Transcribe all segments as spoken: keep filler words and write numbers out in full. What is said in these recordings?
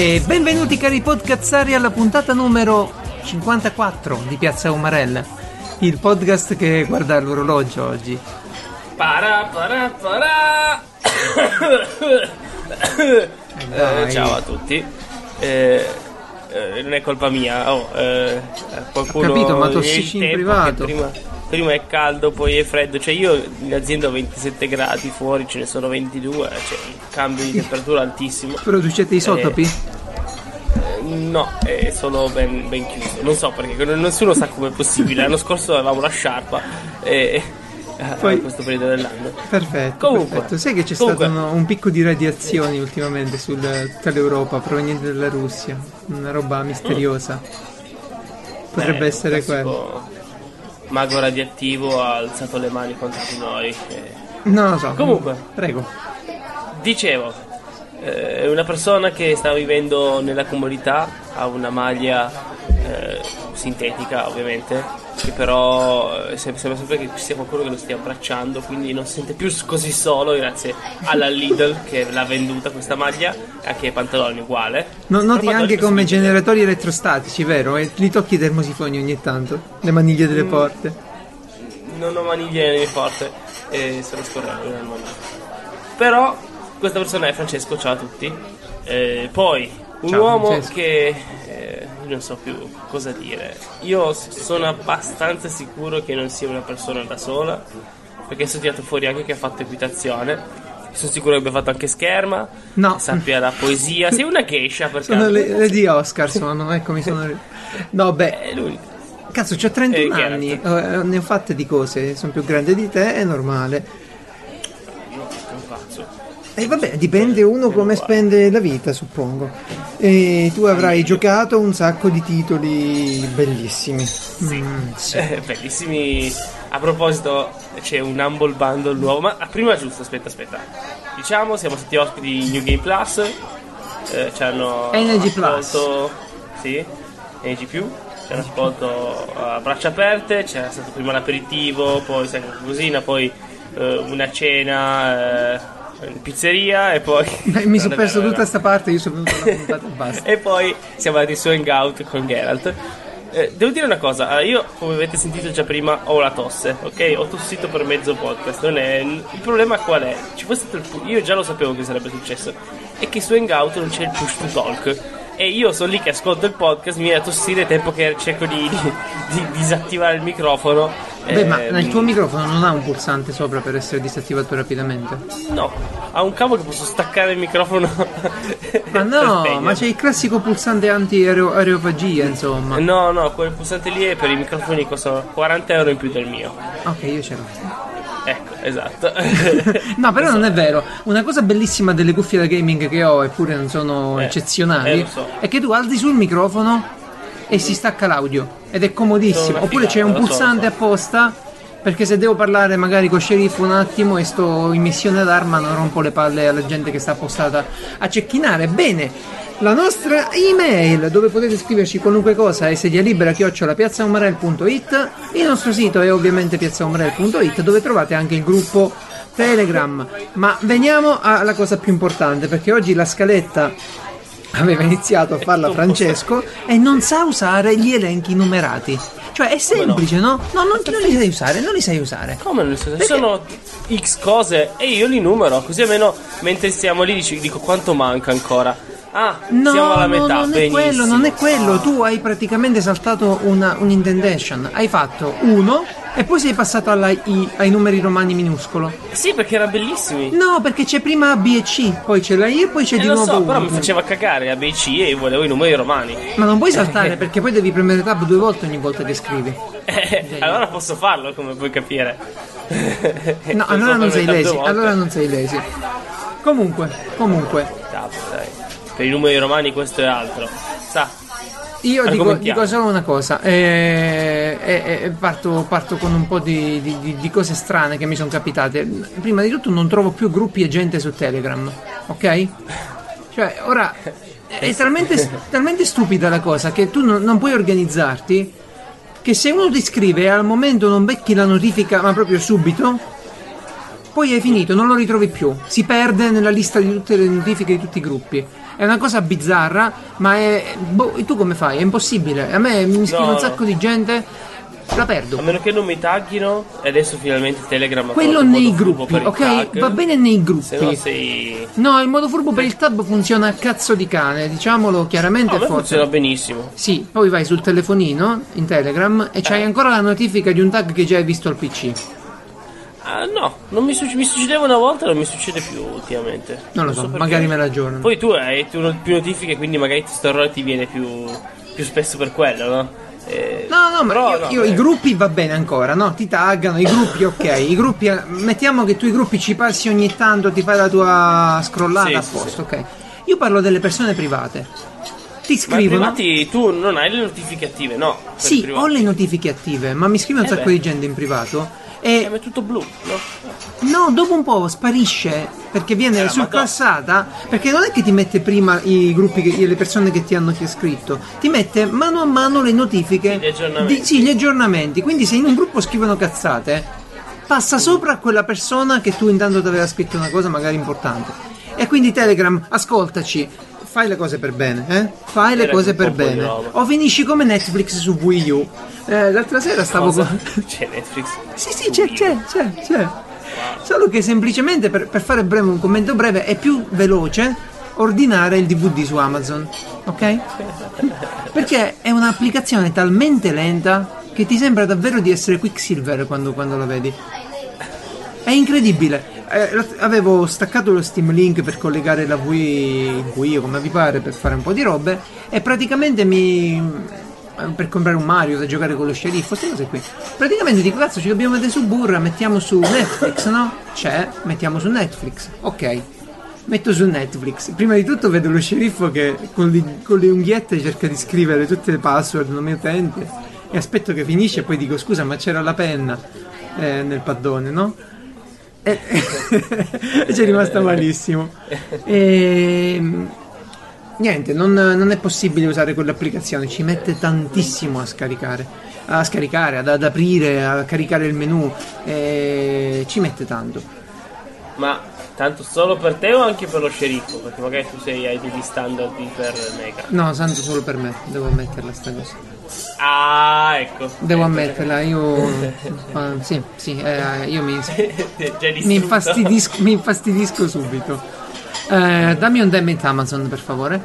E benvenuti cari podcazzari alla puntata numero cinquantaquattro di Piazza Umarella, il podcast che guarda l'orologio oggi. Para para para. eh, ciao a tutti. Eh, eh, non è colpa mia. Oh, eh, qualcuno. Ho capito, ma tossisci in privato. Prima, prima è caldo, poi è freddo. Cioè, io in azienda ho ventisette gradi, fuori ce ne sono ventidue. Cioè, il cambio di temperatura altissimo. Producete isotopi? Eh, No, è solo ben, ben chiuso. Non so perché nessuno sa come è possibile. L'anno scorso avevamo la sciarpa e poi, a questo periodo dell'anno. Perfetto, comunque, perfetto. Sai che c'è comunque, stato uno, un picco di radiazioni ultimamente su tutta l'Europa proveniente dalla Russia. Una roba misteriosa. Potrebbe beh, essere quello. Mago radioattivo ha alzato le mani contro di noi. E... Non lo so. Comunque, prego. Dicevo, è una persona che sta vivendo nella comunità, ha una maglia eh, sintetica ovviamente, che però eh, sembra sempre che ci sia qualcuno che lo stia abbracciando, quindi non si sente più così solo grazie alla Lidl che l'ha venduta questa maglia, e anche i pantaloni uguale. No, noti anche come generatori elettrostatici, vero? E li tocchi i termosifoni ogni tanto, le maniglie delle mm, porte. Non ho maniglie nelle porte e sono scorrevoli nel momento. Però questa persona è Francesco, ciao a tutti. Eh, poi un ciao, uomo Francesco. che eh, non so più cosa dire. Io sono abbastanza sicuro che non sia una persona da sola, perché sono tirato fuori anche che ha fatto equitazione. Sono sicuro che abbia fatto anche scherma. No. Sappia la poesia. Sei una geisha per sono caso? le, le di Oscar sono, ecco mi sono. No, beh. È lui. Cazzo, c'ho trentuno eh, anni, eh, ne ho fatte di cose, sono più grande di te, è normale. No, che un pazzo. E vabbè, dipende uno come spende la vita, suppongo. E tu avrai giocato un sacco di titoli bellissimi. Sì, mm, sì. Eh, bellissimi. A proposito, c'è un Humble Bundle nuovo. Ma prima giusto, aspetta, aspetta. Diciamo, siamo stati ospiti di New Game Plus. Eh, ci hanno Energy accolto, sì, Energy più. Ci hanno accolto a braccia aperte. C'era stato prima l'aperitivo, poi sai, qualcosina, poi eh, una cena. Eh, in pizzeria e poi Beh, mi sono perso tutta questa parte, io sono venuto alla puntata e basta. E poi siamo andati su Hangout con Geralt. eh, devo dire una cosa, io come avete sentito già prima ho la tosse, ok? Ho tossito per mezzo podcast. Non è... il problema qual è? Ci fosse il pu- io già lo sapevo che sarebbe successo, è che su Hangout non c'è il push to talk e io sono lì che ascolto il podcast, mi viene a tossire, tempo che cerco di, di, di disattivare il microfono. Beh, eh, ma il tuo microfono non ha un pulsante sopra per essere disattivato rapidamente? No, ha un cavo che posso staccare il microfono. Ma no, ma c'è il classico pulsante anti-aerofagia, insomma. No, no, quel pulsante lì è per i microfoni che costano quaranta euro in più del mio. Ok, io ce l'ho. Ecco, esatto. No, però so. non è vero. Una cosa bellissima delle cuffie da gaming che ho, eppure non sono eh, eccezionali, eh, so. è che tu alzi sul microfono e si stacca l'audio ed è comodissimo. Oppure c'è un pulsante apposta, perché se devo parlare magari con sceriffo un attimo e sto in missione d'arma non rompo le palle alla gente che sta appostata a cecchinare. Bene, la nostra email dove potete scriverci qualunque cosa è sedialibera chiocciola piazzaumarel punto it. Il nostro sito è ovviamente piazzaumarel punto it, dove trovate anche il gruppo Telegram. Ma veniamo alla cosa più importante, perché oggi la scaletta aveva iniziato a farla Francesco e non sa usare gli elenchi numerati. Cioè è semplice, no? No, non, non li sai usare, non li sai usare. Come non li sai usare? Sono X cose e io li numero, così almeno mentre stiamo lì dici, dico quanto manca ancora. Ah, no, siamo alla metà, no, non è benissimo. quello, non è quello. Tu hai praticamente saltato una, un'indentation. Hai fatto uno e poi sei passato alla I, ai numeri romani minuscolo. Sì, perché erano bellissimi. No, perché c'è prima A, B e C, poi c'è la I e poi c'è eh, di lo nuovo so, uno. però mi faceva cagare A, B, C e io volevo i numeri romani. Ma non puoi saltare perché poi devi premere tab due volte ogni volta che scrivi. Eh, allora posso farlo, come puoi capire. No, allora non sei lazy, allora non sei lazy. Comunque, comunque. Tab, dai. Per i numeri romani questo è altro. Sa. Io dico, dico solo una cosa, eh, eh, eh, parto, parto con un po' di, di, di cose strane che mi sono capitate. Prima di tutto non trovo più gruppi e gente su Telegram, ok? Cioè, ora è talmente, talmente stupida la cosa che tu non, non puoi organizzarti, che se uno ti scrive e al momento non becchi la notifica, ma proprio subito, poi hai finito, non lo ritrovi più, si perde nella lista di tutte le notifiche di tutti i gruppi. È una cosa bizzarra, ma è boh, tu come fai? È impossibile. A me mi scrive No, un sacco no. di gente, la perdo. A meno che non mi tagghino, e adesso finalmente Telegram ha Quello tolto il nei modo furbo gruppi, per il ok? tag. Va bene nei Se no gruppi. sei... No, il modo furbo per il tab funziona a cazzo di cane, diciamolo chiaramente No, e a me forte. funziona benissimo. Sì, poi vai sul telefonino in Telegram e c'hai Eh. ancora la notifica di un tag che già hai visto al P C. Ah, no, non mi, succe- mi succedeva una volta, non mi succede più ultimamente. Non lo so, perché. magari me la aggiornano. Poi tu hai tu non- più notifiche, quindi magari questo errore ti viene più, più spesso per quello, no? Eh, No, no, ma però, io, no, io beh. i gruppi va bene ancora, no? Ti taggano, i gruppi ok, i gruppi, eh, mettiamo che tu i gruppi ci passi ogni tanto, ti fai la tua scrollata Sì, a sì, posto, ok? Io parlo delle persone private. Ti Ma i scrivono. privati tu non hai le notifiche attive, no? Per i Sì, privati. ho le notifiche attive, ma mi scrive un Eh sacco beh. di gente in privato. Eh, E ma è tutto blu, no? no, dopo un po' sparisce perché viene Eh, ma surclassata. Perché non è che ti mette prima i gruppi, che, le persone che ti hanno scritto, ti mette mano a mano le notifiche. Sì, gli aggiornamenti. Di, sì, gli aggiornamenti. Quindi se in un gruppo scrivono cazzate, passa sopra a quella persona che tu intanto ti aveva scritto una cosa magari importante. E quindi Telegram, ascoltaci. Fai le cose per bene, eh? Fai le Era cose un per po' di bene. roba. O finisci come Netflix su Wii U. Eh, l'altra sera stavo Cosa? con... C'è Netflix. Sì, sì, c'è, c'è, c'è, c'è. Solo che semplicemente per, per fare breve un commento breve è più veloce ordinare il D V D su Amazon, ok? Perché è un'applicazione talmente lenta che ti sembra davvero di essere Quicksilver quando, quando lo vedi. È incredibile. Eh, avevo staccato lo Steam Link per collegare la Wii, Wii o come vi pare, per fare un po' di robe e praticamente mi... per comprare un Mario da giocare con lo sceriffo, queste cose qui. Praticamente dico, cazzo, ci dobbiamo vedere su Burra, mettiamo su Netflix, no? C'è, mettiamo su Netflix. Ok. Metto su Netflix. Prima di tutto vedo lo sceriffo che con, li, con le unghiette cerca di scrivere tutte le password, nomi utente, e aspetto che finisce e poi dico, scusa, ma c'era la penna eh, nel paddone, no? E c'è rimasta malissimo. E niente, non, non è possibile usare quell'applicazione, ci mette tantissimo a scaricare, a scaricare, ad, ad aprire, a caricare il menu, e ci mette tanto. Ma tanto solo per te o anche per lo sceriffo? Perché magari tu sei, hai degli standard per mega. No, santo solo per me, devo ammetterla sta cosa. Ah, ecco. Devo ammetterla, io ah, sì, sì, eh, io mi, Già distrutto. mi, infastidisco, mi infastidisco subito. Eh, dammi un damn it Amazon, per favore.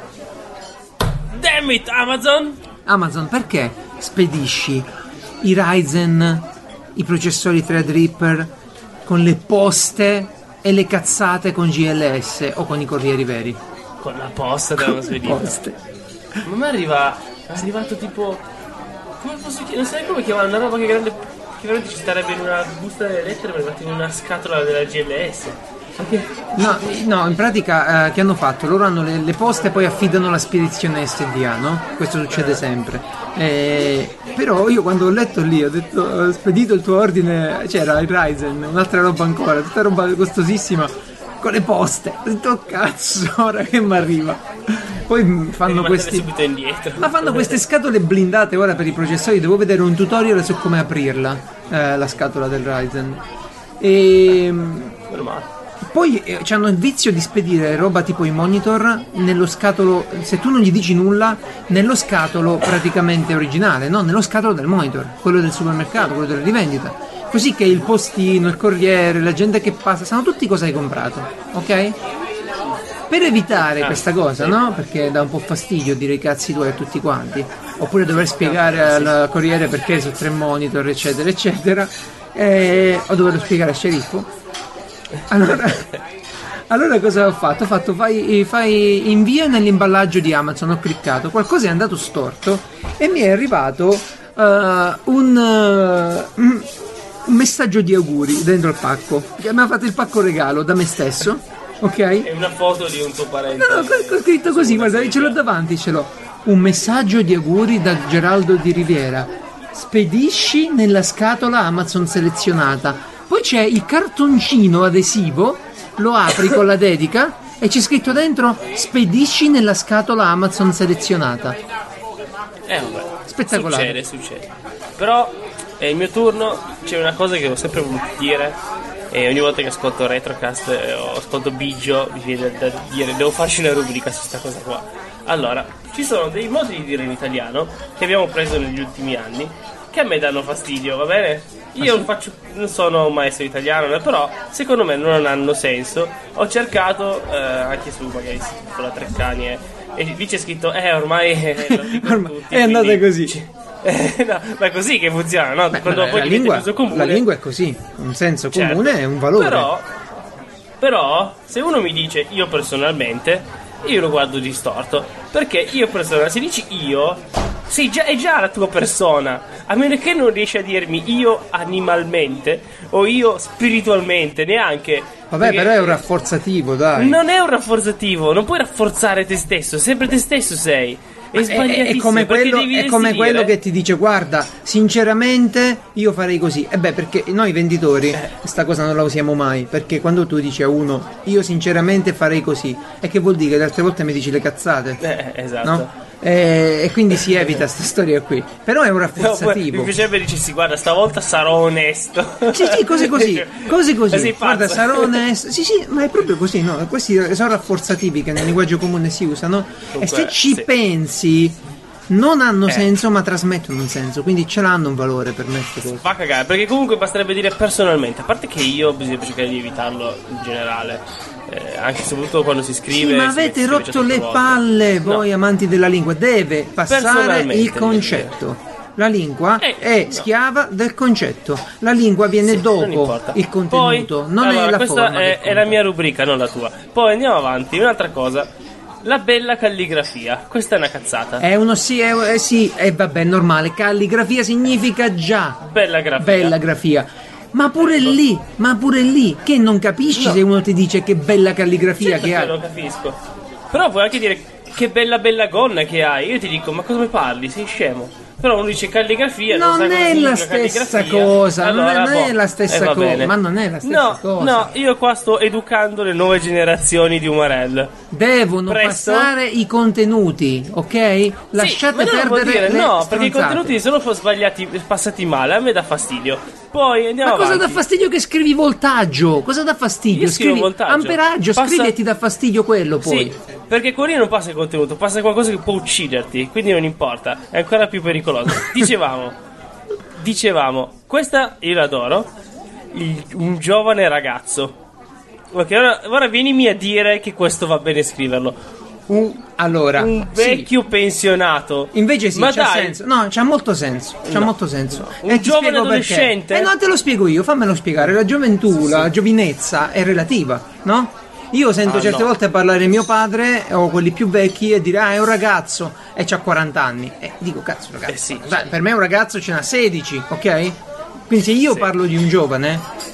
Damn it, Amazon! Amazon, perché spedisci i Ryzen, i processori Threadripper con le poste e le cazzate con G L S o con i corrieri veri? Con la posta della spedita. Poste. Ma mi arriva. È arrivato tipo. Come posso chiamare? Non sai come chiamare? Una roba che grande. Che veramente ci starebbe in una busta delle lettere, ma è arrivato in una scatola della G L S. No, no, in pratica eh, che hanno fatto? Loro hanno le, le poste e poi affidano la spedizione S D A, no? Questo succede sempre. Eh, però io quando ho letto lì ho detto, ho spedito il tuo ordine, c'era il Ryzen, un'altra roba ancora, tutta roba costosissima con le poste. Ho detto, oh, cazzo, ora che mi arriva. Poi fanno questi subito indietro. ma fanno queste scatole blindate ora per i processori, devo vedere un tutorial su come aprirla, eh, la scatola del Ryzen. E Meno male. poi eh, hanno il vizio di spedire roba tipo i monitor nello scatolo, se tu non gli dici nulla, nello scatolo praticamente originale, no? Nello scatolo del monitor, quello del supermercato, quello della rivendita. Così che il postino, il corriere, la gente che passa, sanno tutti cosa hai comprato, ok? Per evitare Ah, questa cosa, sì. no? Perché dà un po' fastidio dire i cazzi tuoi a tutti quanti, oppure dover spiegare al corriere perché su tre monitor, eccetera, eccetera, e... o doverlo spiegare al sceriffo. Allora, allora cosa ho fatto? Ho fatto fai, fai invia nell'imballaggio di Amazon, ho cliccato, qualcosa è andato storto e mi è arrivato uh, un, uh, un messaggio di auguri dentro il pacco, che mi ha fatto il pacco regalo da me stesso. Ok? È una foto di un tuo parente. No, no, ho scritto così, guarda, ce l'ho davanti, ce l'ho. Un messaggio di auguri da Geraldo di Riviera. Spedisci nella scatola Amazon selezionata. Poi c'è il cartoncino adesivo, lo apri con la dedica e c'è scritto dentro spedisci nella scatola Amazon selezionata. Eh vabbè. Spettacolare. Succede, succede. Però è il mio turno, c'è una cosa che ho sempre voluto dire. e ogni volta che ascolto Retrocast eh, o ascolto Biggio mi viene da dire devo farci una rubrica su questa cosa qua. Allora, ci sono dei modi di dire in italiano che abbiamo preso negli ultimi anni che a me danno fastidio, va bene? Io non, faccio, non sono un maestro italiano, però secondo me non hanno senso. Ho cercato eh, anche su magari con la Treccani eh, e lì c'è scritto eh ormai eh, lo dicono Ormai tutti, è andata quindi- così. Eh, no, ma è così che funziona, no? Beh, Quando vabbè, poi la, diventa lingua, uso comune, la lingua è così, un senso certo. comune è un valore. Però, però, se uno mi dice io personalmente, io lo guardo distorto. Perché io personalmente, se dici io, sei già, è già la tua persona. A meno che non riesci a dirmi io animalmente o io spiritualmente, neanche. Vabbè, Perché però è un rafforzativo, dai. non è un rafforzativo, non puoi rafforzare te stesso, sempre te stesso sei. È È, è sbagliatissimo, come, perché quello, devi è come dire- quello che ti dice guarda, sinceramente io farei così. E beh, perché noi venditori Eh. questa cosa non la usiamo mai, perché quando tu dici a uno io sinceramente farei così, e che vuol dire che le altre volte mi dici le cazzate, Eh, esatto. no? E, e quindi si evita questa storia qui. Però è un No, poi rafforzativo. mi piacerebbe dicessi guarda stavolta sarò onesto. Sì, sì, cose così, cose così. Ma sei Guarda, pazzo? sarò onesto. Sì, sì, ma è proprio così, no? Questi sono rafforzativi che nel linguaggio comune si usano. Comunque, e se ci sì. pensi, non hanno Eh. senso, ma trasmettono un senso. Quindi ce l'hanno un valore per me queste cose. Fa cagare, perché comunque basterebbe dire personalmente, a parte che io bisogna cercare di evitarlo in generale, eh, anche soprattutto quando si scrive. Sì, ma si avete scrive rotto le certe volte. palle, No. voi amanti della lingua. Deve passare Personalmente, il concetto. La lingua Eh, è no. schiava del concetto. La lingua viene Sì, non dopo importa. il contenuto, Poi, non allora, è la questa forma. è, che è la conta. mia rubrica, non la tua. Poi andiamo avanti, un'altra cosa. La bella calligrafia, questa è una cazzata. È uno sì, è, è sì, e vabbè, normale. Calligrafia significa già Bella grafia. bella grafia. Ma pure lì, ma pure lì, che non capisci No. se uno ti dice che bella calligrafia Certo che che hai. lo capisco. Però puoi anche dire che bella bella gonna che hai. Io ti dico, ma cosa mi parli? Sei scemo. Però uno dice calligrafia, non, Non sa cosa è la significa stessa calligrafia. cosa, non è- Allora, non è boh, la stessa eh, va cosa, bene. ma non è la stessa no, cosa. No, io qua sto educando le nuove generazioni di Umarell. Devono Presto? passare i contenuti, ok? Lasciate sì, ma non vuol perdere dire, le no, perché i stronzate. contenuti sono sbagliati, passati male, a me dà fastidio. Poi andiamo Ma cosa avanti. dà fastidio che scrivi voltaggio? Cosa dà fastidio? Io scrivo Scrivi voltaggio. amperaggio, Passa- scrivi e ti dà fastidio quello poi. Sì, perché quelli non passa il contenuto, passa qualcosa che può ucciderti, quindi non importa, è ancora più pericoloso. Dicevamo, dicevamo, questa io l'adoro, il- un giovane ragazzo. Ok, ora, ora vienimi a dire che questo va bene scriverlo. Un, Allora, un sì. vecchio pensionato. Invece sì, Ma c'ha dai, senso. No, c'ha molto senso. C'ha No, molto senso. Un E ti giovane spiego perché. adolescente? Eh no, te lo spiego io, fammelo spiegare. La gioventù, la giovinezza è relativa, no? Io sento Ah, certe no. volte parlare mio padre o quelli più vecchi e dire ah è un ragazzo e c'ha quaranta anni. E dico cazzo ragazzo. Eh sì, Dai, per me un ragazzo ce n'ha sedici, ok? Quindi se io Sì. parlo di un giovane,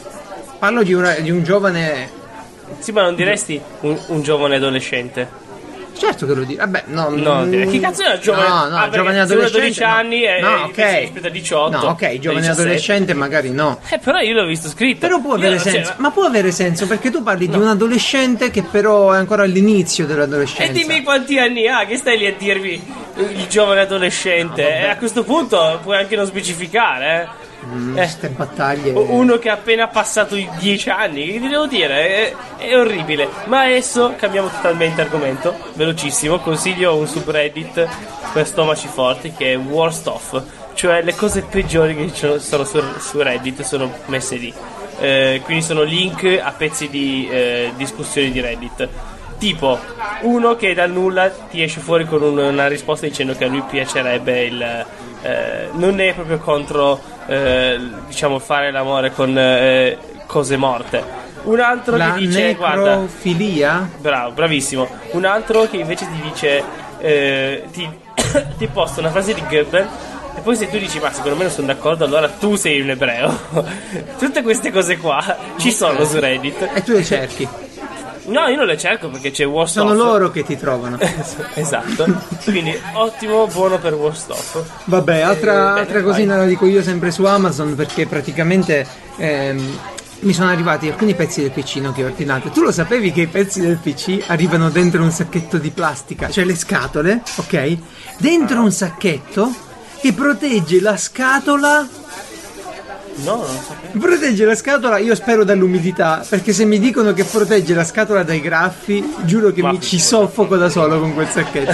parlo di, una- di un giovane. Sì, ma non diresti un, un giovane adolescente? Certo che lo dico. Vabbè, no. No, mm, direi- che cazzo è un giovane? No, no, Ah, perché giovane se uno ha adolescente. dodici no. anni e- no, e ok. si rispetta a diciotto, No, ok, giovane diciassette. adolescente magari no. Eh, però io l'ho visto scritto. Però può Io- avere cioè, senso. Ma può avere senso perché tu parli di un adolescente che però è ancora all'inizio dell'adolescenza. E dimmi quanti anni ha, che stai lì a dirmi il giovane adolescente? E a questo punto puoi anche non specificare, eh. Mm, Eh, ste battaglie. Uno che ha appena passato i dieci anni, che ti devo dire, è, è orribile. Ma adesso cambiamo totalmente argomento, velocissimo. Consiglio un subreddit per stomaci forti che è Worst Of, cioè le cose peggiori che ci sono su, su Reddit sono messe lì. Eh, quindi sono link a pezzi di eh, discussioni di Reddit. Tipo, uno che dal nulla ti esce fuori con un- una risposta dicendo che a lui piacerebbe il. Eh, non è proprio contro, eh, diciamo, fare l'amore con eh, cose morte. Un altro La che dice, guarda, necrofilia? bravo, bravissimo. Un altro che invece ti dice, eh, ti, ti posta una frase di Goebbels. E poi se tu dici ma secondo me non sono d'accordo, allora tu sei un ebreo. Tutte queste cose qua ci sono su Reddit. E tu le cerchi. No, io non le cerco perché c'è Worst Sono Of. loro che ti trovano. Esatto. Quindi ottimo, buono per Worst Of. Vabbè, altra, Eh, bene, altra vai. cosina la dico io sempre su Amazon perché praticamente ehm, mi sono arrivati alcuni pezzi del P C che ho ordinato. Tu lo sapevi che i pezzi del P C arrivano dentro un sacchetto di plastica? Cioè le scatole, ok? Dentro un sacchetto che protegge la scatola No, non lo sapevo. Protegge la scatola, io spero dall'umidità, perché se mi dicono che protegge la scatola dai graffi, giuro che Ma mi ci soffoco da solo con quel sacchetto.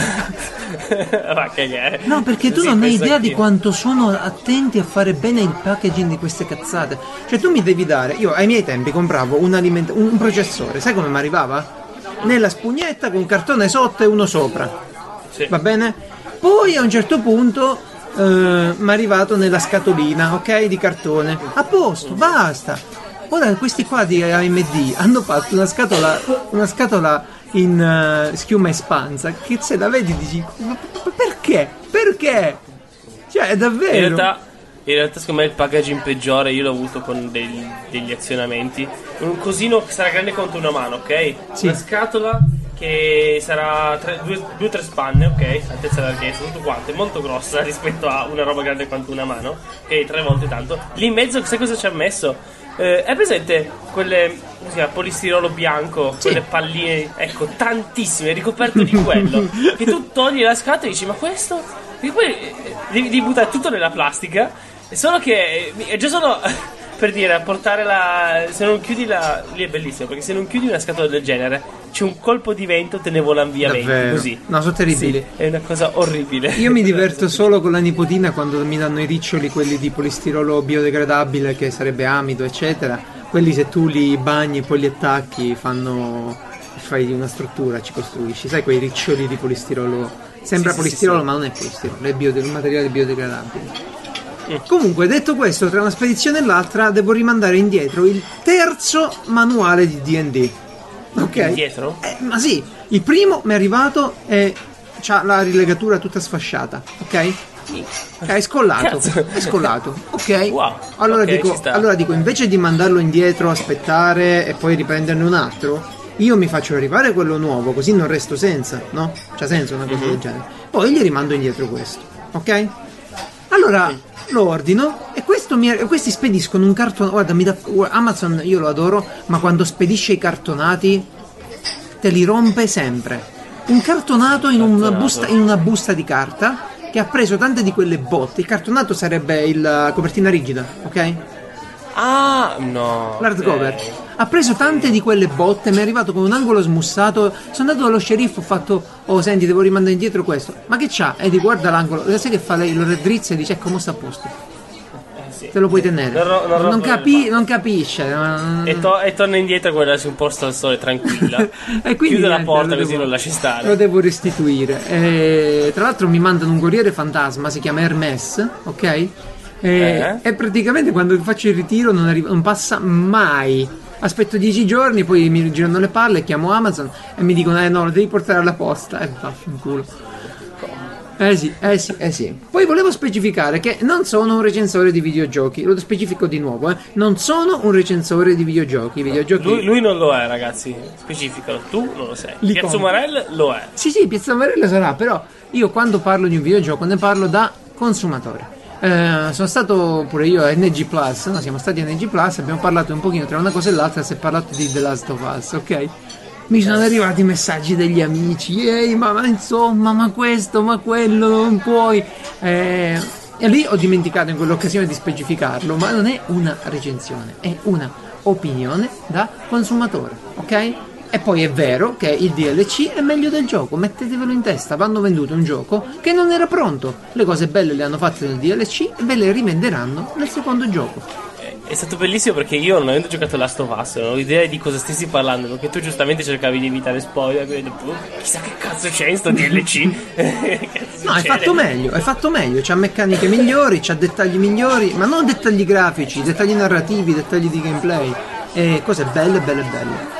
Ma che è? No, perché tu Sì, non hai penso idea anch'io. di quanto sono attenti a fare bene il packaging di queste cazzate. Cioè tu mi devi dare, io ai miei tempi compravo un, aliment- un processore, sai come mi arrivava? Nella spugnetta con un cartone sotto e uno sopra. Sì. Va bene? Poi a un certo punto eh, mi è arrivato nella scatolina, ok? Di cartone. A posto, basta. Ora questi qua di A M D hanno fatto una scatola, una scatola in uh, schiuma espansa che se la vedi dici ma perché? Perché? Cioè è davvero. In realtà, in realtà secondo me il packaging peggiore io l'ho avuto con dei- degli azionamenti. Un cosino che sarà grande quanto una mano, ok? Sì. Una scatola che sarà tre- due o tre spanne, ok? Altezza e larghezza, tutto quanto, è molto grossa rispetto a una roba grande quanto una mano, ok? Tre volte tanto. Lì in mezzo sai cosa ci ha messo? Eh, è presente quelle, come si chiama, polistirolo bianco, Sì. quelle palline, ecco, tantissime, ricoperto di quello. Che tu togli la scatola e dici, ma questo? E poi eh, devi, devi buttare tutto nella plastica. Solo che eh, è già solo per dire, a portare la. Se non chiudi la. Lì è bellissimo, perché se non chiudi una scatola del genere, c'è un colpo di vento, te ne volano via venti Davvero? così. No, sono terribili. Sì, è una cosa orribile. Io mi diverto solo con la nipotina quando mi danno i riccioli, quelli di polistirolo biodegradabile, che sarebbe amido, eccetera. Quelli se tu li bagni e poi li attacchi fanno. Fai una struttura, ci costruisci. Sai quei riccioli di polistirolo? Sembra Sì, sì, polistirolo, sì, sì. ma non è polistirolo, è bio- un materiale biodegradabile. Comunque, detto questo, tra una spedizione e l'altra devo rimandare indietro il terzo manuale di D and D. Ok? Indietro? Eh, ma sì, il primo mi è arrivato e c'ha la rilegatura tutta sfasciata, ok? Ok, è scollato, Cazzo. è scollato, ok? Wow, Allora, ok, ci dico, sta. allora dico, invece di mandarlo indietro, aspettare e poi riprenderne un altro, io mi faccio arrivare quello nuovo, così non resto senza, no? C'ha senso una cosa Mhm. del genere. Poi gli rimando indietro questo, ok? Allora lo ordino e questo mi, questi spediscono un cartone. Guarda, mi dà, Amazon io lo adoro, ma quando spedisce i cartonati te li rompe sempre. Un cartonato in una Cartonato. busta, in una busta di carta che ha preso tante di quelle botte. Il cartonato sarebbe il, la copertina rigida, ok? Ah, no. L'hardcover. ok. Ha preso tante di quelle botte, mi è arrivato con un angolo smussato. Sono andato dallo sceriffo, ho fatto: oh, senti, devo rimandare indietro questo. Ma che c'ha? E di guarda l'angolo. Sai che fa lei? Lo raddrizza e dice: ecco, mo sta a posto. Eh, sì. Te lo puoi tenere. Non ro- non non, rompo capi- le non capisce. non- E, to- e torna indietro a guardarsi un posto al sole tranquilla. E quindi Chiude la niente, porta lo così devo- lo lasci stare. Lo devo restituire. E, tra l'altro mi mandano un corriere fantasma, si chiama Hermes, ok? E, Eh? e praticamente quando faccio il ritiro non, arriva, non passa mai. Aspetto dieci giorni, poi mi girano le palle, chiamo Amazon e mi dicono: eh no, lo devi portare alla posta. E vaffanculo. Eh sì, eh sì, eh sì. Poi volevo specificare che non sono un recensore di videogiochi. Lo specifico di nuovo, eh. Non sono un recensore di videogiochi. I videogiochi. Lui, lui non lo è, ragazzi. Specificalo. Tu non lo sei. Li Piazzo compro. Marel lo è. Sì, sì, Piazza Amarella sarà, però io quando parlo di un videogioco ne parlo da consumatore. Eh, sono stato pure io a N G Plus, no? Siamo stati a N G Plus, abbiamo parlato un pochino tra una cosa e l'altra, si è parlato di The Last of Us, ok? Mi sono arrivati messaggi degli amici, ehi, ma, ma insomma, ma questo, ma quello, non puoi. Eh, e lì ho dimenticato in quell'occasione di specificarlo, ma non è una recensione, è una opinione da consumatore, ok? E poi è vero che il D L C è meglio del gioco, mettetevelo in testa, vanno venduto un gioco che non era pronto. Le cose belle le hanno fatte nel D L C e ve le rivenderanno nel secondo gioco. Eh, È stato bellissimo perché io, non avendo giocato Last of Us, non ho idea di cosa stessi parlando. Perché tu giustamente cercavi di evitare spoiler. Quindi ho detto, "Oh, chissà che cazzo c'è in sto D L C." No, è fatto meglio, è fatto meglio, c'ha meccaniche migliori, c'ha dettagli migliori, ma non dettagli grafici, dettagli narrativi, dettagli di gameplay, e cose belle, belle, belle.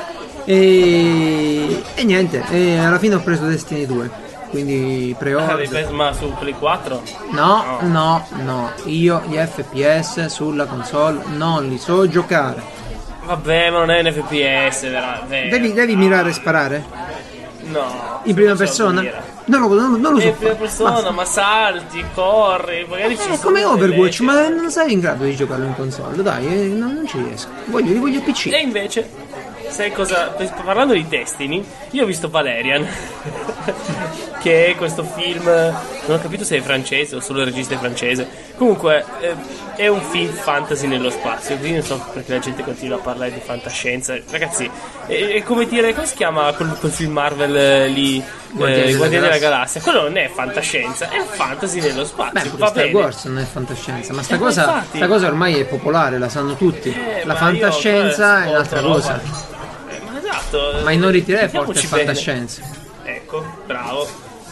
E, e niente, e alla fine ho preso Destiny due, quindi pre-order. Ma su Play quattro? No, no, no, io gli F P S sulla console non li so giocare. Vabbè, ma non è un F P S, vera- vero? Devi, devi mirare e sparare? No. In prima non so persona? dire. Non lo, non, non lo so. In prima fare. persona, Basta. ma salti, corri, magari ci È sono come delle Overwatch, leggi. ma non sei in grado di giocarlo in console, dai, eh, non, non ci riesco. Voglio, li voglio P C. E invece, sai cosa? Parlando di Destiny, io ho visto Valerian. che è questo film, non ho capito se è francese o solo il regista è francese, comunque eh, è un film fantasy nello spazio, quindi non so perché la gente continua a parlare di fantascienza, ragazzi, è, è come dire, come si chiama quel, quel film Marvel eh, lì, Guardiani eh, della Guardiani della Galassia. Galassia, quello non è fantascienza, è un fantasy nello spazio. Beh, pure va Star bene. Wars non è fantascienza, ma sta Eh, ma cosa, infatti. sta cosa ormai è popolare, la sanno tutti. Eh, la ma fantascienza io, è un'altra roba. cosa. Eh, ma esatto. Minority Report è Mettiamoci bene. fantascienza. Ecco, bravo.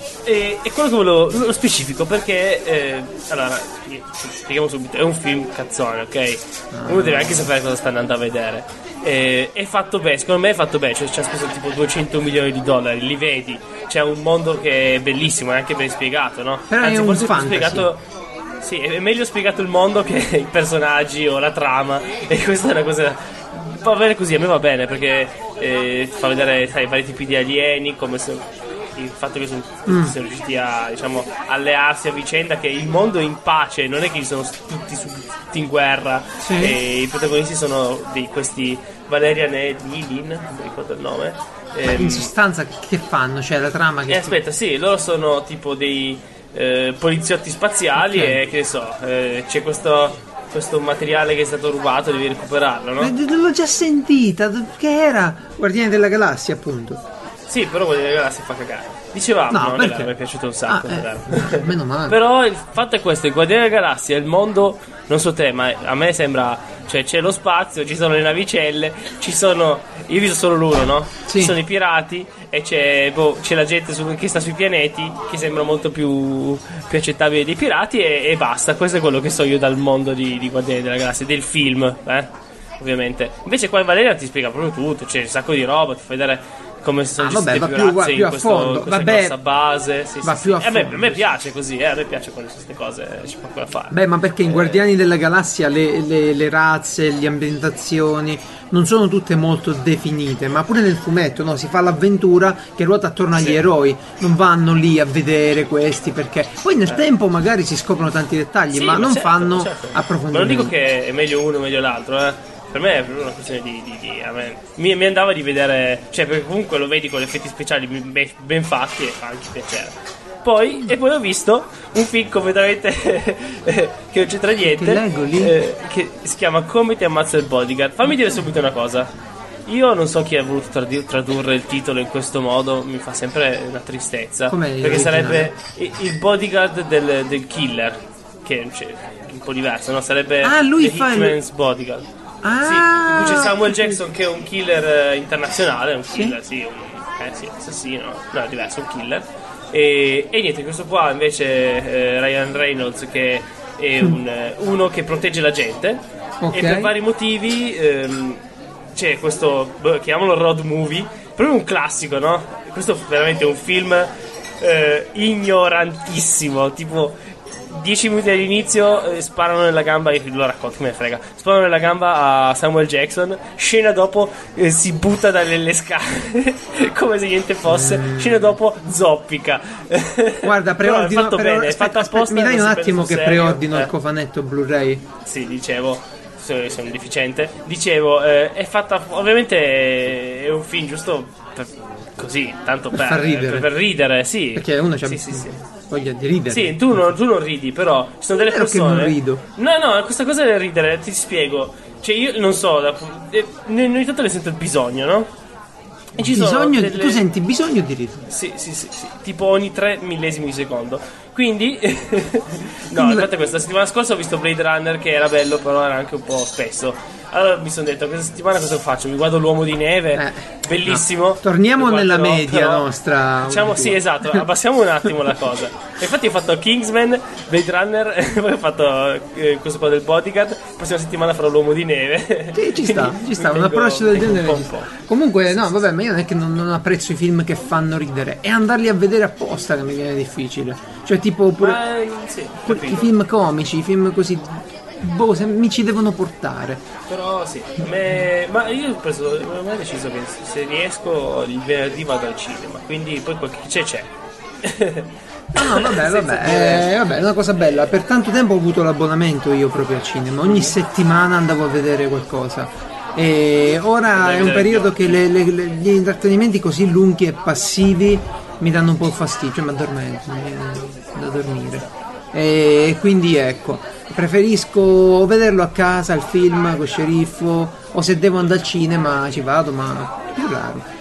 E, e quello che volevo, lo specifico perché eh, allora spieghiamo subito, è un film cazzone, ok? Uno deve anche sapere cosa sta andando a vedere. Eh, è fatto bene, secondo me è fatto bene, cioè ci ha speso tipo duecento milioni di dollari, li vedi, c'è un mondo che è bellissimo, è anche ben spiegato, no? Però Anzi, è un forse più fantasy. spiegato. Sì, è meglio spiegato il mondo che i personaggi o la trama, e questa è una cosa. Va bene così, a me va bene perché eh, fa vedere, sai, vari tipi di alieni, come se il fatto che sono, Mm. siano riusciti a, diciamo, allearsi a vicenda, che il mondo è in pace, non è che sono tutti, su- tutti in guerra. Sì. E i protagonisti sono di questi Valerian e Lilin, non mi ricordo il nome. Ma Ehm, in sostanza che fanno? Cioè la trama che... e aspetta, sì, loro sono tipo dei eh, poliziotti spaziali, Ok. e che ne so, eh, c'è questo, questo materiale che è stato rubato, devi recuperarlo, no? Eh, l'ho già sentita, che era Guardiani della Galassia, appunto. Sì, però quello della galassia fa cagare. Dicevamo, No, no, perché? no, mi è piaciuto un sacco. Ah, eh, davvero. meno male. Però il fatto è questo, il Guardiani della Galassia, il mondo, non so te, ma a me sembra, cioè c'è lo spazio, ci sono le navicelle, ci sono, io ho visto solo l'uno, no? Sì. Ci sono i pirati e c'è, boh, c'è la gente su- che sta sui pianeti, che sembra molto più, più accettabile dei pirati, e, e basta. Questo è quello che so io dal mondo di, di Guardiani della Galassia, del film, eh? Ovviamente. Invece qua in Valeria ti spiega proprio tutto, c'è un sacco di roba, ti fa vedere come si sono Ah, vabbè, gestite va più più- razze più in a questo, fondo. in questa Vabbè, grossa base. Sì, va sì, più sì. a Eh, beh, fondo, a me sì. piace così, eh, a me piace quando queste cose ci fa quella fare. Beh, ma perché in Guardiani della Galassia le, le- le razze, le ambientazioni non sono tutte molto definite, ma pure nel fumetto, no? Si fa l'avventura che ruota attorno agli Sì. eroi, non vanno lì a vedere questi perché poi nel tempo magari si scoprono tanti dettagli, Sì, ma non certo, fanno certo. approfondimenti. Ma non dico che è meglio uno o meglio l'altro, eh. Per me è proprio una questione di. di, di a me, mi, mi andava di vedere. Cioè, perché comunque lo vedi con gli effetti speciali ben, ben fatti e fa anche piacere. Poi, e poi ho visto un film completamente che non c'entra niente. Che leggo lì? eh, che si chiama Come ti ammazza il bodyguard. Fammi dire subito una cosa. Io non so chi ha voluto tradu- tradurre il titolo in questo modo, mi fa sempre una tristezza. Com'è perché l'originale? sarebbe i- il bodyguard del, del killer. Che cioè, è un po' diverso, no? Sarebbe Ah, lui The fa il- Hitman's Bodyguard. Ah, Sì, c'è Samuel sì, Jackson che è un killer eh, internazionale, un Sì. killer, sì, un, eh sì, assassino, no, è diverso, un killer. E, e niente, questo qua invece eh, Ryan Reynolds, che è un, eh, uno che protegge la gente, Ok. e per vari motivi ehm, c'è questo, boh, chiamiamolo road movie, proprio un classico, no? Questo veramente è un film eh, ignorantissimo, tipo dieci minuti all'inizio eh, sparano nella gamba, io lo racconto, me ne frega, sparano nella gamba a Samuel Jackson, scena dopo eh, si butta dalle le scale come se niente fosse, scena dopo zoppica. Guarda, Però è preordino, fatto pre- bene, è aspetta, fatto aspetta, apposta, mi dai non un si prende attimo sul che serio. preordino Eh. il cofanetto Blu-ray. Sì, dicevo, sono, sono un deficiente. Dicevo, eh, è fatta, ovviamente è un film giusto per, così, tanto per, far ridere. per, per ridere, sì. Perché uno c'ha sì, sì, sì. voglia di ridere. Sì, tu non, tu non ridi, però ci sono delle Vero che persone. non rido. No, no, questa cosa del ridere, ti spiego. Cioè, io non so, da, eh, ogni tanto ne sento il bisogno, no? E ci sono Bisogno, delle- tu senti bisogno di ridere. Sì, sì, sì, sì, tipo ogni tre millesimi di secondo. Quindi, no, Quindi- aspetta, questa settimana scorsa ho visto Blade Runner, che era bello, però era anche un po' spesso. Allora mi sono detto, questa settimana cosa faccio? Mi guardo l'uomo di neve, Eh, bellissimo. no. Torniamo Lo nella guarderò, media però, nostra. Diciamo, sì, esatto, abbassiamo un attimo la cosa. Infatti ho fatto Kingsman, Blade Runner, poi ho fatto eh, questo qua del Bodyguard, la prossima settimana farò l'uomo di neve. Sì, ci sta, Quindi ci sta, mi un tengo- approccio del tengo un genere po' ci un sta. po'. Comunque, no, vabbè, ma io non è che non, non apprezzo i film che fanno ridere, è andarli a vedere apposta che mi viene difficile. Cioè, tipo, pure Ma, eh, sì, que- capito. i film comici, i film così, boh, se mi ci devono portare. Però sì, me- ma io ho preso, ho deciso che se riesco il venerdì vado al cinema, quindi poi quel che c'è c'è. Ah, no, vabbè, vabbè, eh, vabbè, è una cosa bella. Per tanto tempo ho avuto l'abbonamento io proprio al cinema, ogni settimana andavo a vedere qualcosa. E ora è un periodo che le- le- le- gli intrattenimenti così lunghi e passivi mi danno un po' fastidio, cioè mi addormento, mi viene da dormire. E quindi ecco, preferisco vederlo a casa il film con sceriffo, o se devo andare al cinema ci vado, ma più raro.